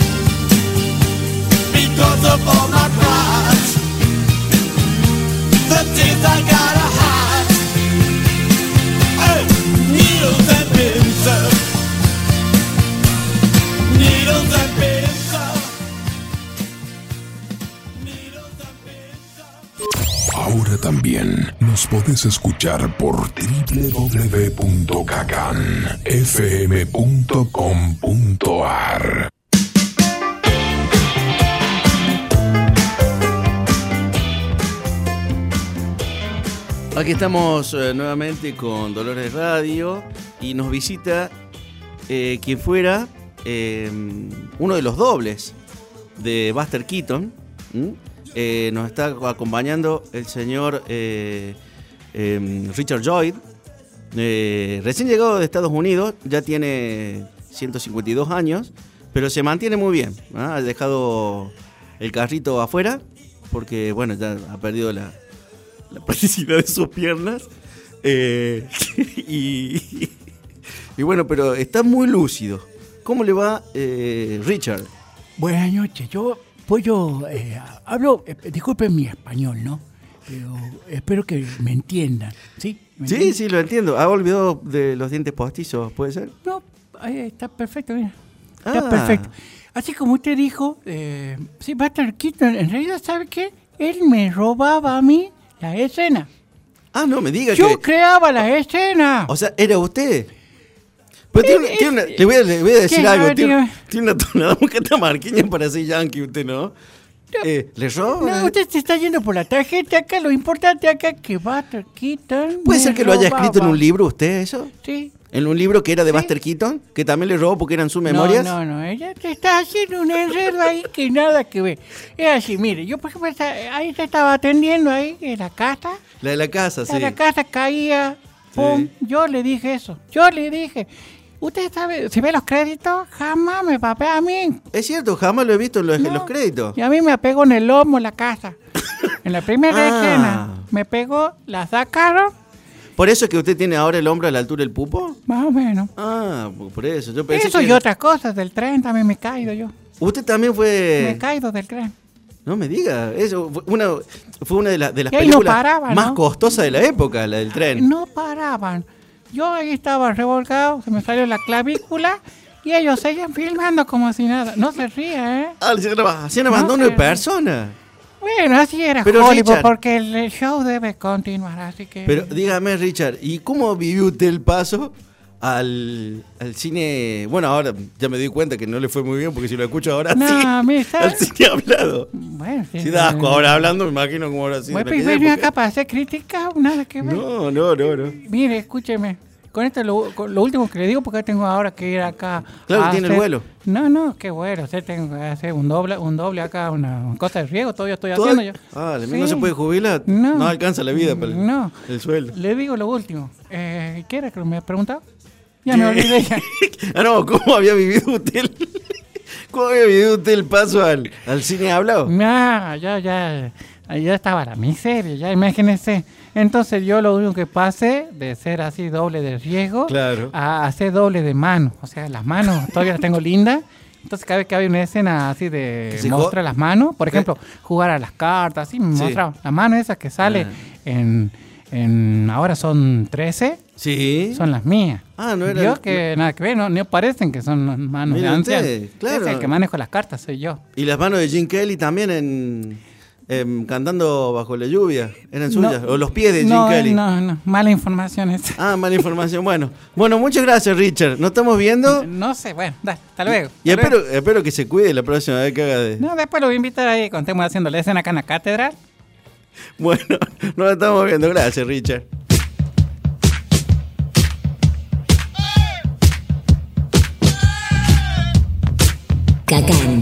because of all my pride. The tears I gotta hide. Hey, needles and pins, uh, needles and pins, uh, needles and pins, uh. Ahora también nos podés escuchar por doble u doble u doble u punto cacan f m punto com punto a r. Aquí estamos eh, nuevamente con Dolores Radio y nos visita eh, quien fuera eh, uno de los dobles de Buster Keaton. ¿m? Eh, nos está acompañando el señor eh, eh, Richard Lloyd, eh, recién llegado de Estados Unidos, ya tiene ciento cincuenta y dos años, pero se mantiene muy bien. ¿ah? Ha dejado el carrito afuera porque, bueno, ya ha perdido la, la plasticidad de sus piernas. Eh, y, y bueno, pero está muy lúcido. ¿Cómo le va, eh, Richard? Buenas noches, yo pues yo eh, hablo, eh, disculpen mi español, ¿no? Pero espero que me entiendan, ¿sí? ¿Me Sí, entienden? sí, lo entiendo. ¿Ha olvidado de los dientes postizos, puede ser? No, ahí está perfecto, mira. Está Ah. perfecto. Así como usted dijo, eh, sí, Buster Keaton, en realidad, ¿sabe qué? Él me robaba a mí la escena. Ah, no me diga Yo que... creaba la escena. O sea, ¿era usted? Pero tiene, Eh, tiene una- eh, le, voy a, le voy a decir ¿qué? A algo. ver, Tiene, dígame. tiene una tonada muy catamarqueña para ser yankee usted, ¿no? Eh, ¿Le roba? No, usted se está yendo por la tarjeta acá. Lo importante acá es que Buster Keaton ¿Puede me ser que lo haya robaba. escrito en un libro usted, eso? Sí. ¿En un libro que era de Sí. Buster Keaton? ¿Que también le robó porque eran sus memorias? No, no, no, ella te está haciendo un enredo ahí que nada que ver. Es así, mire, yo por ejemplo, esta- ahí te estaba atendiendo ahí en la casa, La de la casa, sí. en la casa caía, pum, Sí. yo le dije eso, yo le dije, usted sabe, si ve los créditos, jamás me papea a mí. Es cierto, jamás lo he visto en los, en No. los créditos. Y a mí me pegó en el lomo la casa. En la primera Ah. escena me pegó, la sacaron, ¿Por eso es que usted tiene ahora el hombro a la altura del pupo? más o menos. Ah, por eso. Yo pensé Eso que y era- otras cosas del tren también me he caído yo. Usted también Me fue... he caído del tren. No me diga, eso fue una, fue una de, las de las Y ahí no películas paraba, más ¿no? costosas de la época, la del tren. No paraban. Yo ahí estaba revolcado, se me salió la clavícula y ellos seguían filmando como si nada. No se ría, ¿eh? Ah, le hacían- hacían No abandono sé. de persona. Bueno, así era Pero, Hollywood, Richard- porque el, el show debe continuar, así que... Pero dígame, Richard, ¿y cómo vivió usted el paso al, al cine. Bueno, ahora ya me di cuenta que no le fue muy bien porque si lo escucho ahora No, sí. a mí está- Al cine hablado. Bueno, sí, Si da asco ahora hablando, me imagino como ahora sí. Bueno, en pues aquella venía época. acá para hacer crítica, nada que ver. No, no, no, no. Mire, escúcheme. Con esto lo, con lo último que le digo, porque tengo ahora que ir acá. Claro, a tiene el hacer- vuelo. No, no, qué bueno. Usted tengo que hacer un doble, un doble acá, una cosa de riego, todavía estoy Todo- haciendo yo. Ah, Sí. ¿no se puede jubilar? No. No alcanza la vida para el, No. el sueldo. Le digo lo último. Eh, ¿Qué era que me ha preguntado? Ya me olvidé ya. Ah, no, ¿cómo había vivido usted el, ¿Cómo había vivido usted el paso al, al cine hablado? No, ya, ya, ya estaba la miseria, ya imagínense. Entonces yo lo único que pasé de ser así doble de riesgo Claro. a hacer doble de mano. O sea, las manos todavía las tengo lindas. Entonces cada vez que había una escena así de ¿Se mostrar jo- las manos, por ejemplo, jugar a las cartas, así me Sí. mostraba la mano esa que sale Ah. en, en, ahora son trece, Sí. son las mías. Ah, no era- Vio que nada que ver, no, no parecen que son las manos Mire de ancianos. usted, claro. Es el que manejo las cartas, soy yo. Y las manos de Jim Kelly también en, en Cantando Bajo la Lluvia. ¿Eran suyas? No, o los pies de Jim no, Kelly. No, no, mala información esa. Ah, mala información. Bueno, bueno, muchas gracias, Richard. Nos estamos viendo. No sé, bueno, dale, hasta luego. Y hasta espero, luego. espero que se cuide la próxima vez que haga de. No, después lo voy a invitar ahí cuando estemos haciendo la escena acá en la catedral. Bueno, nos estamos viendo. Gracias, Richard. Cacán.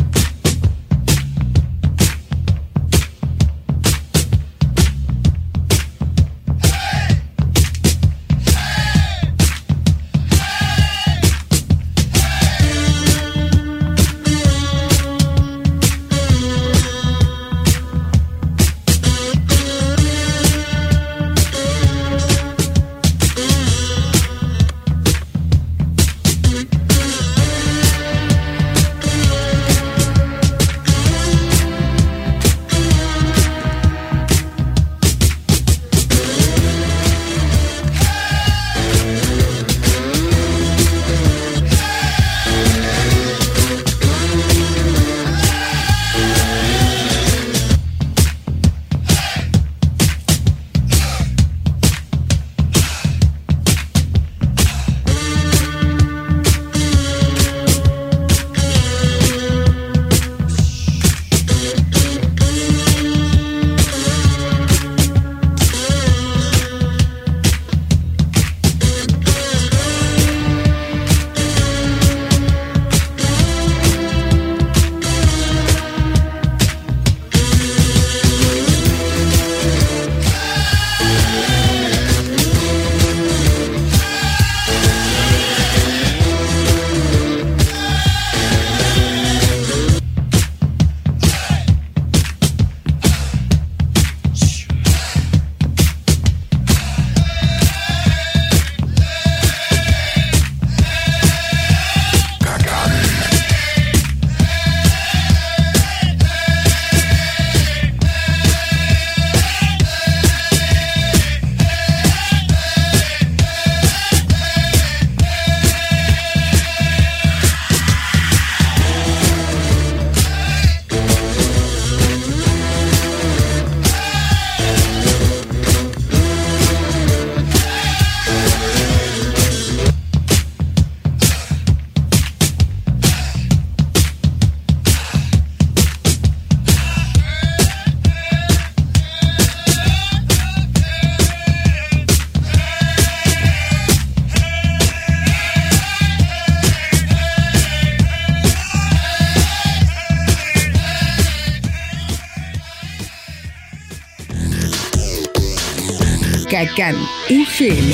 Cacán F M.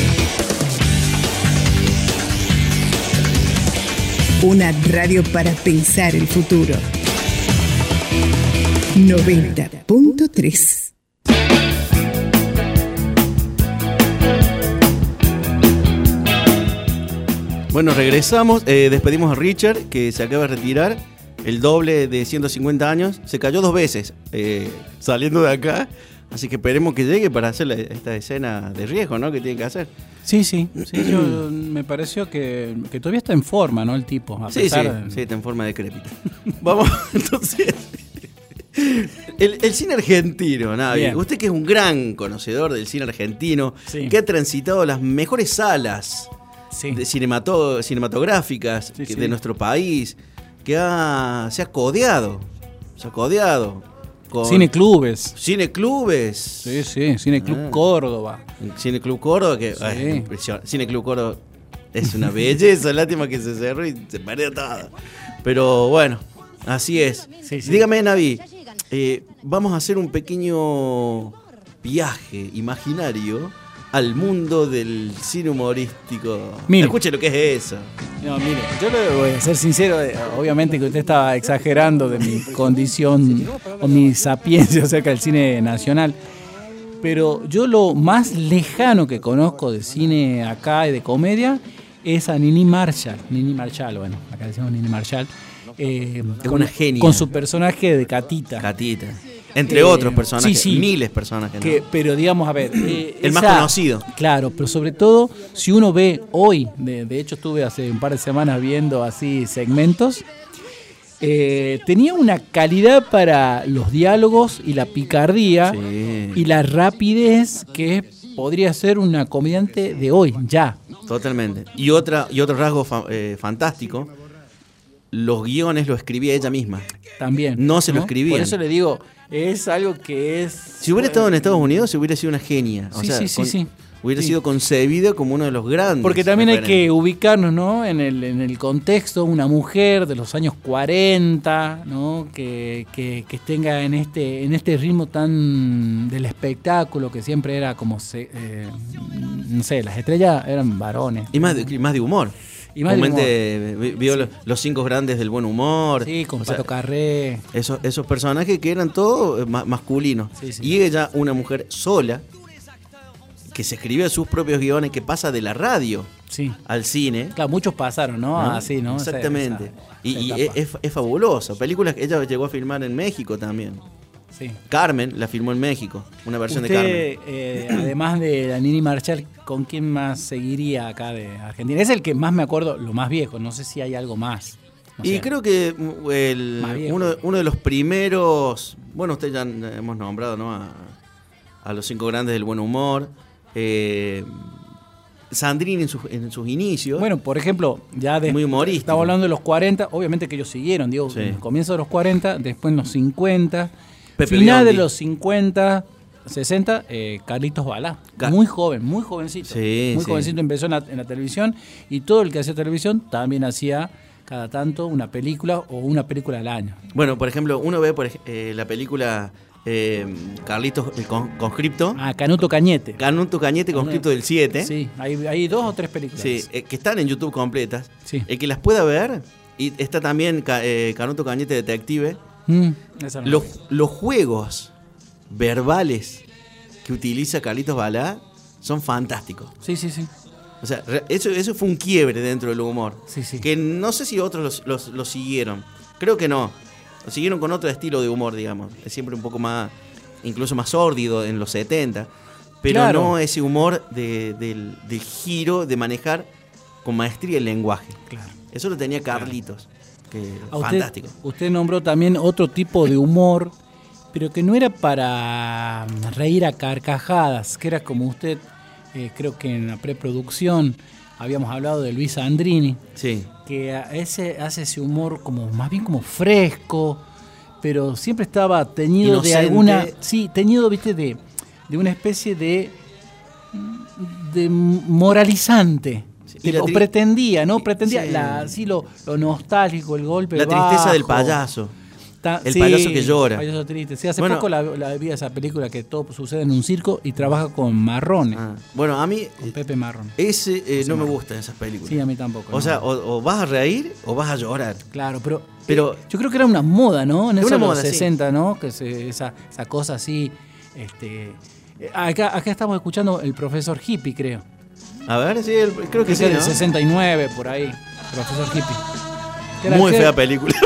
Una radio para pensar el futuro. noventa punto tres. Bueno, regresamos, eh, despedimos a Richard, que se acaba de retirar, el doble de ciento cincuenta años, se cayó dos veces eh, saliendo de acá, así que esperemos que llegue para hacer la- esta escena de riesgo, ¿no? Que tiene que hacer. Sí, sí, sí, yo me pareció que, que todavía está en forma, ¿no? El tipo, a Sí, sí, pesar de- sí, está en forma decrépita. Vamos, entonces, el, el cine argentino, Navi, Bien. usted que es un gran conocedor del cine argentino, Sí. que ha transitado las mejores salas Sí. de cinemato- cinematográficas Sí, que- sí. de nuestro país, que ha, se ha codeado, se ha codeado con Cineclubes. cineclubes. Sí, sí, Cineclub Ah. Córdoba. Cineclub Córdoba, que Sí. ay, impresionante. Cineclub Córdoba es una belleza, lástima que se cerró y se perdió todo. Pero bueno, así es. Sí, sí. Dígame, Navi, eh, vamos a hacer un pequeño viaje imaginario al mundo del cine humorístico. Mire. Escuche lo que es eso. No, mire, yo le voy a ser sincero, eh, obviamente que usted estaba exagerando de mi condición o mi sapiencia acerca del cine nacional, pero yo lo más lejano que conozco de cine acá y de comedia es a Nini Marshall. Nini Marshall, bueno, acá decimos Nini Marshall. eh, Es con, una genia. Con su personaje de Catita. Catita. Entre Eh, otros personajes, sí, sí. miles de personajes. ¿no? Que, pero digamos, a ver. eh, El más esa- conocido. Claro, pero sobre todo, si uno ve hoy, de, de hecho estuve hace un par de semanas viendo así segmentos, eh, tenía una calidad para los diálogos y la picardía Sí. y la rapidez que podría ser una comediante de hoy, ya. Totalmente. Y otra y otro rasgo fa- eh, fantástico, los guiones lo escribía ella misma. También. No se lo escribían. Por eso le digo, es algo que es... Si hubiera estado en Estados Unidos, se hubiera sido una genia. O Sí, sea, sí, sí, con- sí. hubiera Sí. sido concebido como uno de los grandes. Porque también hay que referentes. ubicarnos, ¿no? En el, en el contexto, una mujer de los años cuarenta, ¿no? Que, que, que tenga en este, en este ritmo tan del espectáculo, que siempre era como, se, eh, no sé, las estrellas eran varones. Y más de, y más de humor. Y más de Comúnmente vi- vio los, los cinco grandes del buen humor. Sí, con O sea, Pato Carré. esos, esos personajes que eran todos eh, ma- masculinos. Sí, sí. Y ella, una mujer sola, que se escribía sus propios guiones, que pasa de la radio Sí. al cine. Claro, muchos pasaron, ¿no? ¿no? Así, ¿no? Esa- Exactamente. esa- y y esa es, etapa. es- es fabuloso. Películas que ella llegó a filmar en México también. Sí. Carmen la filmó en México, una versión de Carmen. Usted, eh, además de la Nini Marshall, ¿con quién más seguiría acá de Argentina? Es el que más me acuerdo, lo más viejo, no sé si hay algo más. No Y sé. creo que mm, el- Más viejo. uno, uno de los primeros, bueno, usted ya hemos nombrado, ¿no? A, a los cinco grandes del buen humor. Eh, Sandrini en sus, en sus inicios. Bueno, por ejemplo, ya de, Muy humorístico. estamos hablando de los cuarenta, obviamente que ellos siguieron, digo, Sí. en el comienzo de los cuarenta, después en los cincuenta, Pepe final de Biondi. los cincuenta, sesenta, eh, Carlitos Balá, Ca- muy joven, muy jovencito, Sí, muy sí. jovencito, empezó en la, en la televisión y todo el que hacía televisión también hacía cada tanto una película o una película al año. Bueno, por ejemplo, uno ve por ej- eh, la película eh, Carlitos el con- Conscripto, Ah, Canuto Cañete. Canuto Cañete Conscripto del siete. Sí, hay, hay dos o tres películas. Sí, eh, que están en YouTube completas. Sí. El que las pueda ver, y está también Ca- eh, Canuto Cañete Detective. Mm, esa no la Los, vi. los juegos verbales que utiliza Carlitos Balá son fantásticos. Sí, sí, sí. O sea, re- eso, eso fue un quiebre dentro del humor. Sí, sí. Que no sé si otros los, los- los siguieron. Creo que no. Lo siguieron con otro estilo de humor, digamos. Es siempre un poco más, incluso más sórdido en los setenta. Pero Claro. no ese humor de- del, del giro, de manejar con maestría el lenguaje. Claro. Eso lo tenía Carlitos. Que, A usted- fantástico. Usted nombró también otro tipo de humor, pero que no era para reír a carcajadas, que era como usted, eh, creo que en la preproducción habíamos hablado de Luis Andrini, Sí. que a ese, hace ese humor como más bien como fresco, pero siempre estaba teñido Inocente. de alguna, sí, teñido, viste, de, de una especie de de moralizante. Sí, De- y la o tri- pretendía, ¿no? Pretendía Sí. la, sí, lo, lo nostálgico, el golpe La tristeza bajo. del payaso. Ta- El payaso que llora. El payaso triste. Sí, hace Bueno. poco la, la vi esa película que todo sucede en un circo y trabaja con Marrone, Ah, Bueno, a mí con Pepe Marrone. ese eh, no me gustan esas películas. Sí, a mí tampoco. O no. sea, o, o vas a reír o vas a llorar. Claro, pero, Pero- eh, yo creo que era una moda, ¿no? En Es esos una los moda, sí. sesenta, ¿no? Que se- esa, esa cosa así. Este, eh, acá, acá estamos escuchando el profesor Hippie, creo. A ver, sí, el- creo que Que sí, es del ¿no? sesenta y nueve, por ahí. Profesor Hippie. Que era Muy que- fea película.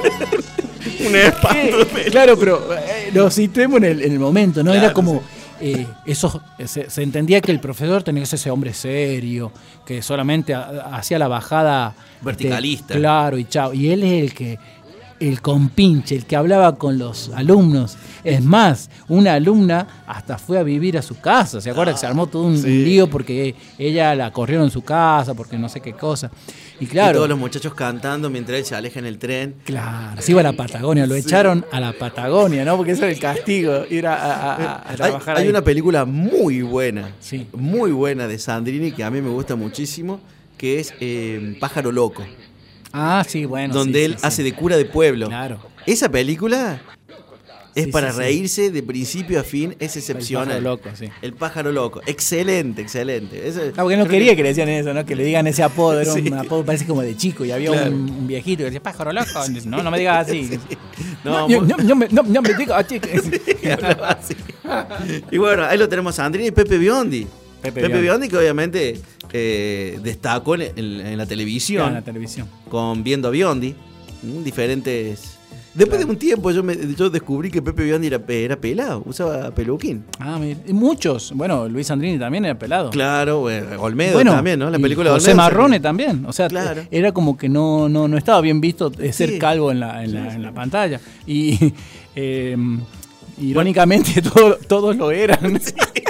Un espanto de película. Claro, pero eh, lo situemos en el, en el momento, ¿no? Claro, Era como. eh, eso, se, se entendía que el profesor tenía que ser ese hombre serio, que solamente ha- hacía la bajada. Verticalista. este, claro, y chao. Y él es el que el compinche, el que hablaba con los alumnos. Es más, una alumna hasta fue a vivir a su casa. ¿Se acuerda que se armó todo un Sí. lío porque ella la corrieron en su casa, porque no sé qué cosa? Y claro, Y todos los muchachos cantando mientras él se aleja en el tren. claro, se iba a la Patagonia, lo echaron a la Patagonia, ¿no? Porque eso era el castigo, ir a, a- a- a Hay, trabajar hay ahí. una película muy buena, Sí. muy buena de Sandrini que a mí me gusta muchísimo, que es eh, Pájaro Loco, Ah, sí, bueno. donde sí, él sí, sí. hace de cura de pueblo. Claro. Esa película es Sí, para sí, sí. reírse de principio a fin, es excepcional. pájaro loco, sí. El Pájaro Loco, excelente, excelente. Ese- No, porque no creo quería que- que le decían eso, ¿no? Que le digan ese apodo, era Sí. un apodo parece como de chico, y había Claro. un, un viejito que decía, pájaro loco, y dice, no, no me digas así. No, No, muy- no, no me, no, no me digas así. hablaba así. Y bueno, ahí lo tenemos a Sandrini y Pepe Biondi. Pepe Pepe, Biondi. Biondi, que obviamente eh, destacó en, en- en la televisión. En la televisión. Con Viendo a Biondi, ¿m? diferentes... Después de un tiempo yo, me, yo descubrí que Pepe Biondi era, era pelado, usaba peluquín. Ah, mira. Y muchos. Bueno, Luis Sandrini también era pelado. Claro, bueno, Olmedo Bueno, también, ¿no? La y película de José Olmedo. Marrone también. O sea, Claro. era como que no, no, no estaba bien visto eh, ser Sí. calvo en la, en la, en la pantalla. Y eh, irónicamente todo- todos lo eran.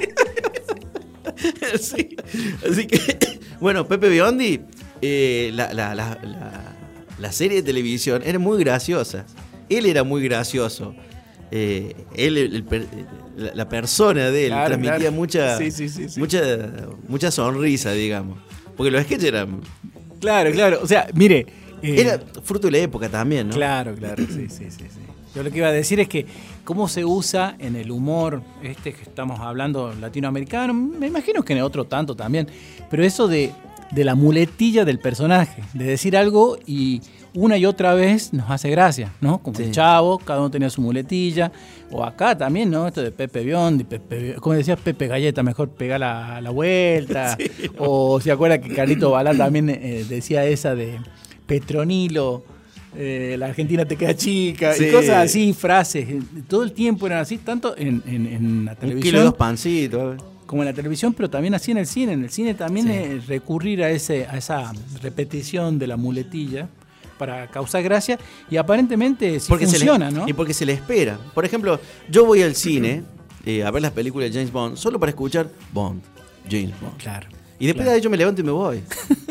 Sí. Así que, bueno, Pepe Biondi, eh, la, la, la, la- la serie de televisión era muy graciosa. Él era muy gracioso. Eh, él, el- el per- la, la persona de él, Claro, transmitía claro. mucha, Sí, sí, sí, sí. mucha mucha sonrisa, digamos. Porque los sketches eran... Claro, claro. O sea, mire. eh, Era fruto de la época también, ¿no? Claro, claro, sí, sí, sí, sí. Yo lo que iba a decir es que cómo se usa en el humor este que estamos hablando latinoamericano, me imagino que en otro tanto también, pero eso de, de la muletilla del personaje, de decir algo y una y otra vez nos hace gracia, ¿no? Como Sí. el Chavo, cada uno tenía su muletilla, o acá también, ¿no? Esto de Pepe Biondi, Pepe, como decías, Pepe Galleta, mejor pegar la, la vuelta, o se acuerda que Carlito Balá también eh, decía esa de Petronilo, eh, la Argentina te queda chica, Sí. y cosas así, frases. eh, Todo el tiempo eran así, tanto en, en- en la Un televisión kilo de dos pancitos. como en la televisión, pero también así en el cine. En el cine también Sí. es recurrir a, ese, a esa repetición de la muletilla para causar gracia, y aparentemente sí se funciona, le, ¿no? Y porque se le espera. Por ejemplo, yo voy al cine eh, a ver las películas de James Bond solo para escuchar Bond, James Bond. Claro. Y después claro. de ahí yo me levanto y me voy.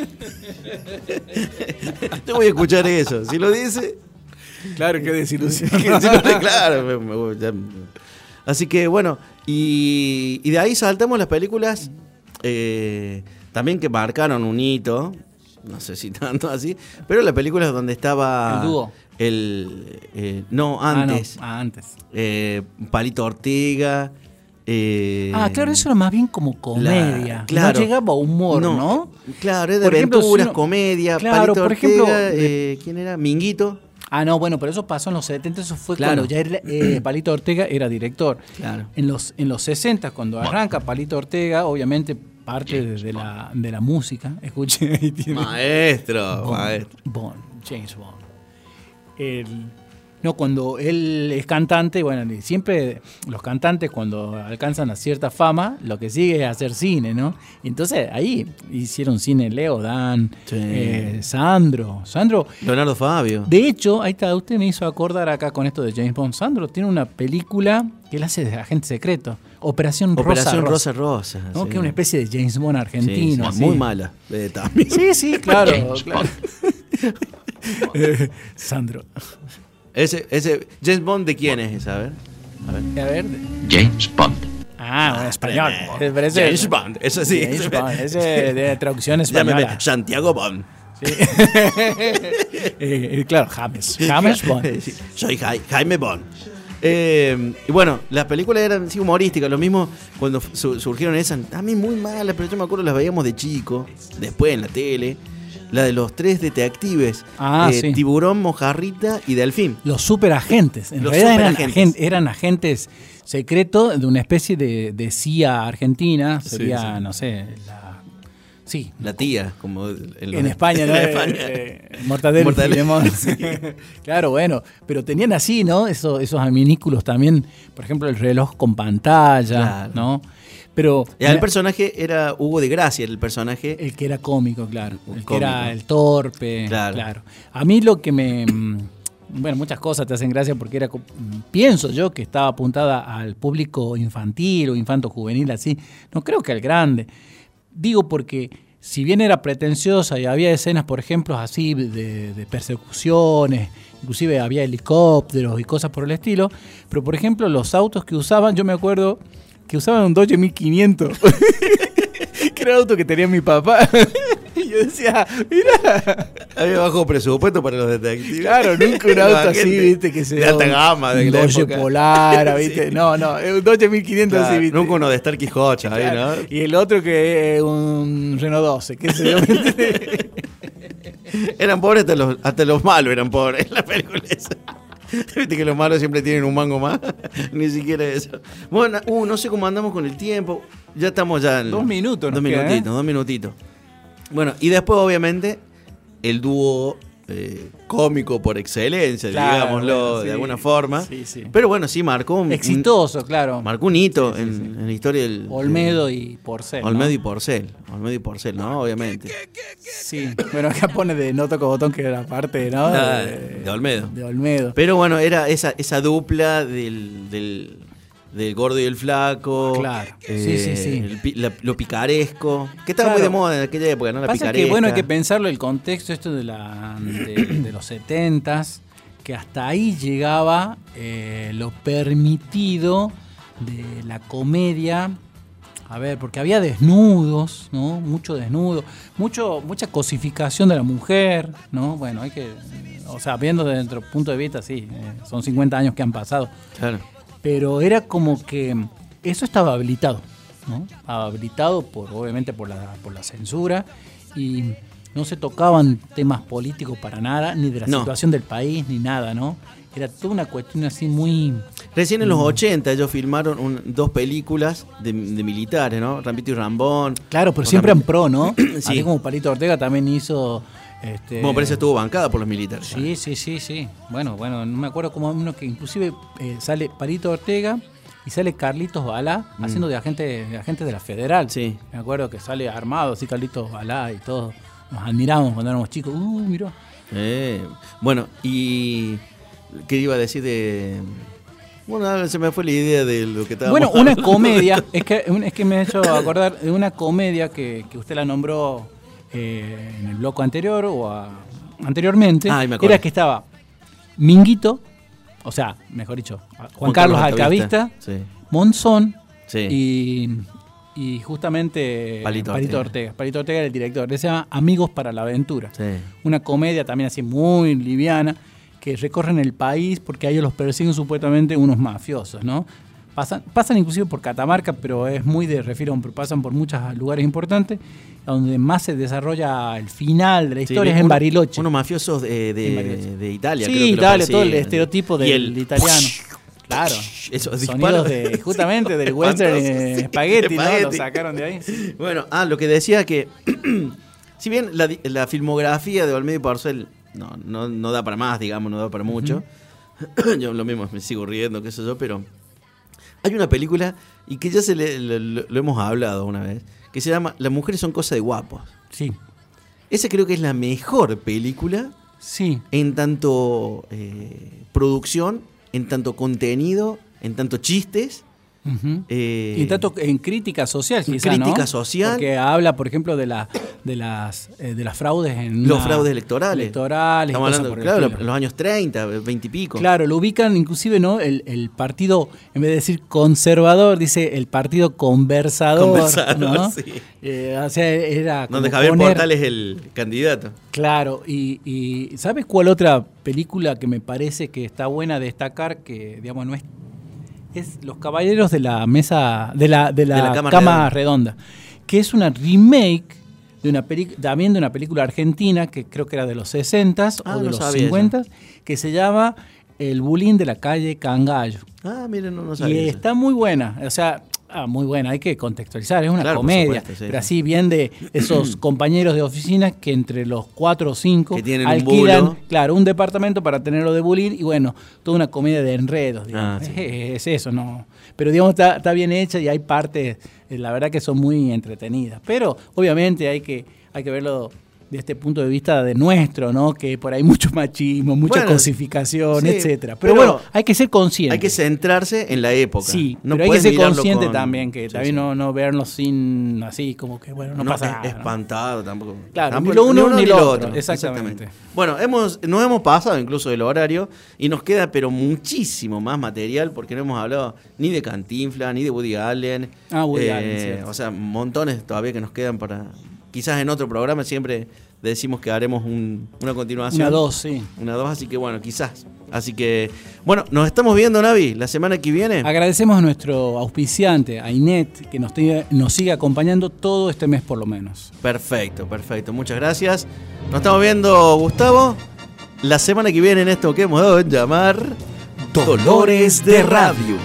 Yo voy a escuchar eso. Si lo dice, Claro, qué desilusión. que si no, claro, me- me voy, ya. Así que bueno, y, y de ahí saltamos las películas eh, también que marcaron un hito. No sé si tanto así, pero las películas donde estaba El dúo. el, eh, no, Ah, no. antes. Ah, antes. eh, Palito Ortega. eh, Ah, claro, eso era más bien como comedia. la- claro. No llegaba a humor, ¿no? Claro, es de Por ejemplo, aventuras, si uno- comedia. Claro, Palito por Ortega, ejemplo, eh, ¿quién era? Minguito. Ah, no, bueno, pero eso pasó en los setenta, eso fue Claro. cuando ya era, eh, Palito Ortega era director. Claro. En los, en los sesenta, cuando arranca Palito Ortega, obviamente parte de, de la, de la música. Escuchen, ahí tiene. Maestro, Bond, maestro. Bond, James Bond. El- no, cuando él es cantante, bueno, y siempre los cantantes cuando alcanzan a cierta fama, lo que sigue es hacer cine, ¿no? Entonces ahí hicieron cine Leo Dan, Sí. eh, Sandro. Sandro, Leonardo Fabio. de hecho, ahí está, usted me hizo acordar acá con esto de James Bond. Sandro tiene una película que él hace de agente secreto, Operación, Operación Rosa, Rosa Rosa. ¿no? sí. Que es una especie de James Bond Sí, argentino. sí, así. muy mala. eh, también. Sí, sí, claro. claro. Eh, Sandro. Ese, ese, James Bond, ¿de quién es esa? A ver. A ver. A ver. James Bond. Ah, bueno, español. Eh, pero ese- James Bond, eso sí. James ese- Bond, ese de traducción Llámeme española. Santiago Bond. Sí. Eh, claro, James. James Bond. Sí, soy Jai- Jaime Bond. Eh, y bueno, las películas eran así humorísticas, lo mismo cuando su- surgieron esas, a mí muy malas, pero yo me acuerdo las veíamos de chico, después en la tele, la de los tres detectives, Ah, eh, sí. Tiburón, Mojarrita y Delfín. Los superagentes. En Los realidad eran, superagentes. agen- eran agentes secretos de una especie de, de C I A argentina. Sí, Sería, sí. no sé, la... Sí, La tía, como en, en España, ¿no? en España. Eh, eh, Mortadelo y Mortadelo, Filemón. sí. Claro, bueno, pero tenían así, ¿no? Esos, esos adminículos también, por ejemplo, el reloj con pantalla, Claro. ¿no? Pero Y el personaje era Hugo de Gracia, el personaje. el que era cómico, claro. El que Cómico. era el torpe, Claro. claro. A mí lo que me, mm, bueno, muchas cosas te hacen gracia porque era, pienso yo que estaba apuntada al público infantil o infanto-juvenil así, no creo que al grande. Digo porque si bien era pretenciosa y había escenas, por ejemplo, así de, de persecuciones, inclusive había helicópteros y cosas por el estilo, pero por ejemplo los autos que usaban, yo me acuerdo que usaban un Dodge mil quinientos, que era el auto que tenía mi papá. Y yo decía, mira, Había bajo presupuesto para los detectives. claro, nunca un auto así, Gente viste, que se de alta gama, de un la Dodge época. Polara, viste, Sí. no, no, un Dodge mil quinientos Claro, así, viste. nunca uno de Starkey Hodge ahí, Claro. ¿no? Y el otro que es un Renault doce, qué sé yo. Eran pobres hasta los, hasta los malos, eran pobres en la película esa. Viste que los malos siempre tienen un mango más. Ni siquiera eso. Bueno, uh, no sé cómo andamos con el tiempo. Ya estamos ya en Dos minutos Dos nos queda, minutitos, ¿eh? dos minutitos. Bueno, y después, obviamente, el dúo eh, cómico por excelencia, Claro, digámoslo bueno, de sí. alguna forma. Sí, sí. Pero bueno, sí marcó un, Exitoso, claro. un- marcó un hito Sí, sí, en, sí. en la historia del. Olmedo y Porcel. ¿no? Olmedo y Porcel. Olmedo y Porcel, ¿no? Obviamente. Sí, bueno, acá pone de No Toco Botón, que era parte, ¿no? Ah, de Olmedo. De Olmedo. Pero bueno, era esa, esa dupla del, del, del gordo y el flaco. Claro. Sí, sí, sí. el pi- la- lo picaresco. Que estaba Claro. muy de moda en aquella época, ¿no? La Pasa picaresca. que, bueno, hay que pensarlo, el contexto esto de, la, de, de los setentas, que hasta ahí llegaba eh, lo permitido de la comedia. A ver, porque había desnudos, ¿no? Mucho desnudo, mucho, mucha cosificación de la mujer, ¿no? Bueno, hay que, o sea, viendo desde nuestro punto de vista, sí, eh, son cincuenta años que han pasado. Claro. Pero era como que eso estaba habilitado, ¿no? Estaba habilitado por, obviamente por la, por la censura y no se tocaban temas políticos para nada, ni de la No. situación del país, ni nada, ¿no? Era toda una cuestión así muy... Recién en los ochenta ellos filmaron un- dos películas de, de militares, ¿no? Rampito y Rambón. Claro, pero O siempre en Rampito- pro, ¿no? Sí. Así como Palito Ortega también hizo... Este, Bueno, parece que estuvo bancada por los militares. Sí, sí, sí, sí. Bueno, bueno, no me acuerdo como uno que inclusive eh, sale Palito Ortega y sale Carlitos Balá Mm. haciendo de agente, de agente de la Federal. Sí. Me acuerdo que sale armado así Carlitos Balá y todos nos admiramos cuando éramos chicos. Uh, mirá. Eh, bueno, y... ¿Qué iba a decir de...? Bueno, se me fue la idea de lo que estaba Bueno, una comedia, es que, un- es que me ha hecho acordar de una comedia que, que usted la nombró eh, en el bloque anterior o a- anteriormente. Ah, ahí me acuerdo. Era que estaba Minguito, o sea, mejor dicho, Juan, Carlos Alcavista, Sí. Monzón Sí. y, y justamente Palito Ortega. Ortega. Palito Ortega era el director. Se llama Amigos para la Aventura. Sí. Una comedia también así muy liviana que recorren el país porque a ellos los persiguen supuestamente unos mafiosos, ¿no? Pasan, pasan inclusive por Catamarca, pero es muy de refiero, pasan por muchos lugares importantes, donde más se desarrolla el final de la Sí, historia es en uno- Bariloche. Unos mafiosos de, de- En Bariloche. de Italia, Sí, creo que lo Italia, persiguen. todo el estereotipo Y del italiano. Claro. Esos Sonidos disparos. de, justamente del western eh, Espantosos, sí, spaghetti, ¿no? Lo espagueti. sacaron de ahí. Bueno, ah, lo que decía que, si bien la, di- la filmografía de Olmedo y Porcel no, no, no da para más, digamos, no da para mucho, yo lo mismo me sigo riendo, qué sé yo, pero hay una película, y que ya se le, lo, lo- lo hemos hablado una vez, que se llama Las mujeres son cosa de guapos. Sí, Esa creo que es la mejor película sí. en tanto eh, producción, en tanto contenido, en tanto chistes. Ujú. eh, Y tanto en crítica social, en quizá, crítica ¿no? social. Porque habla, por ejemplo, de la de las eh, de las fraudes en Los una- fraudes electorales. electorales y Estamos cosas hablando, por el claro, estilo. los años treinta, veinte y pico. Claro, lo ubican inclusive, ¿no? El, el partido, en vez de decir conservador, dice el partido conversador. Conversador, ¿no? sí. Eh, o sea, era como Donde Javier poner- Portal es el candidato. Claro, y, y ¿sabes cuál otra película que me parece que está buena destacar? Que, digamos, no es. Es Los Caballeros de la Mesa. De la, de la, De la Cama Cama, redonda. Que es una remake de una peli- también de una película argentina que creo que era de los sesentas Ah, o de no los sabía cincuentas, que se llama El Bulín de la calle Cangallo. Ah, miren, no, no sabía. Y eso. está muy buena, o sea, ah, muy buena, hay que contextualizar, es una Claro, por comedia, supuesto, sí, pero sí. así bien de esos compañeros de oficina que entre los cuatro o cinco Que tienen un alquilan, bulo. claro, un departamento para tenerlo de bullying y bueno, toda una comedia de enredos, digamos. Ah, sí. es, es eso, no. Pero digamos, está, está bien hecha y hay partes, eh, la verdad que son muy entretenidas, pero obviamente hay que, hay que verlo de este punto de vista de nuestro, ¿no? Que por ahí mucho machismo, mucha Bueno, cosificación, sí, etcétera. Pero, pero bueno, hay que ser consciente. Hay que centrarse en la época. Sí, no pero hay que puedes ser mirarlo consciente con- también, que Sí, también sí. No, no vernos sin así, como que bueno, no, No, pasa es- nada. ¿no? espantado tampoco. Claro, Tampoco- ni lo uno ni lo otro, exactamente. Bueno, hemos, nos hemos pasado incluso del horario y nos queda pero muchísimo más material porque no hemos hablado ni de Cantinflas, ni de Woody Allen. Ah, Woody Eh, Allen, cierto. O sea, montones todavía que nos quedan para... Quizás en otro programa siempre decimos que haremos un- una continuación. Una dos, sí. Una dos, así que bueno, quizás. Así que, bueno, nos estamos viendo, Navi, la semana que viene. Agradecemos a nuestro auspiciante, a Inet, que nos, tiene- nos sigue acompañando todo este mes por lo menos. Perfecto, perfecto. Muchas gracias. Nos estamos viendo, Gustavo, la semana que viene en esto que hemos dado en llamar Dolores de Radio.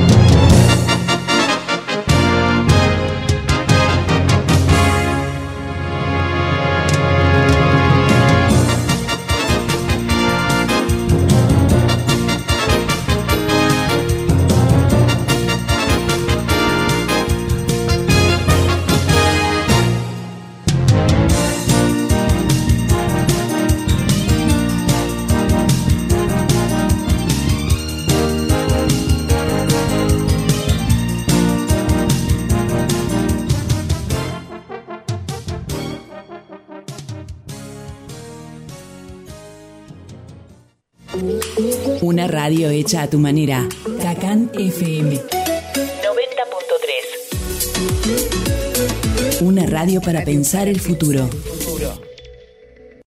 Una radio hecha a tu manera. Cacán F M. noventa punto tres. Una radio para pensar el futuro.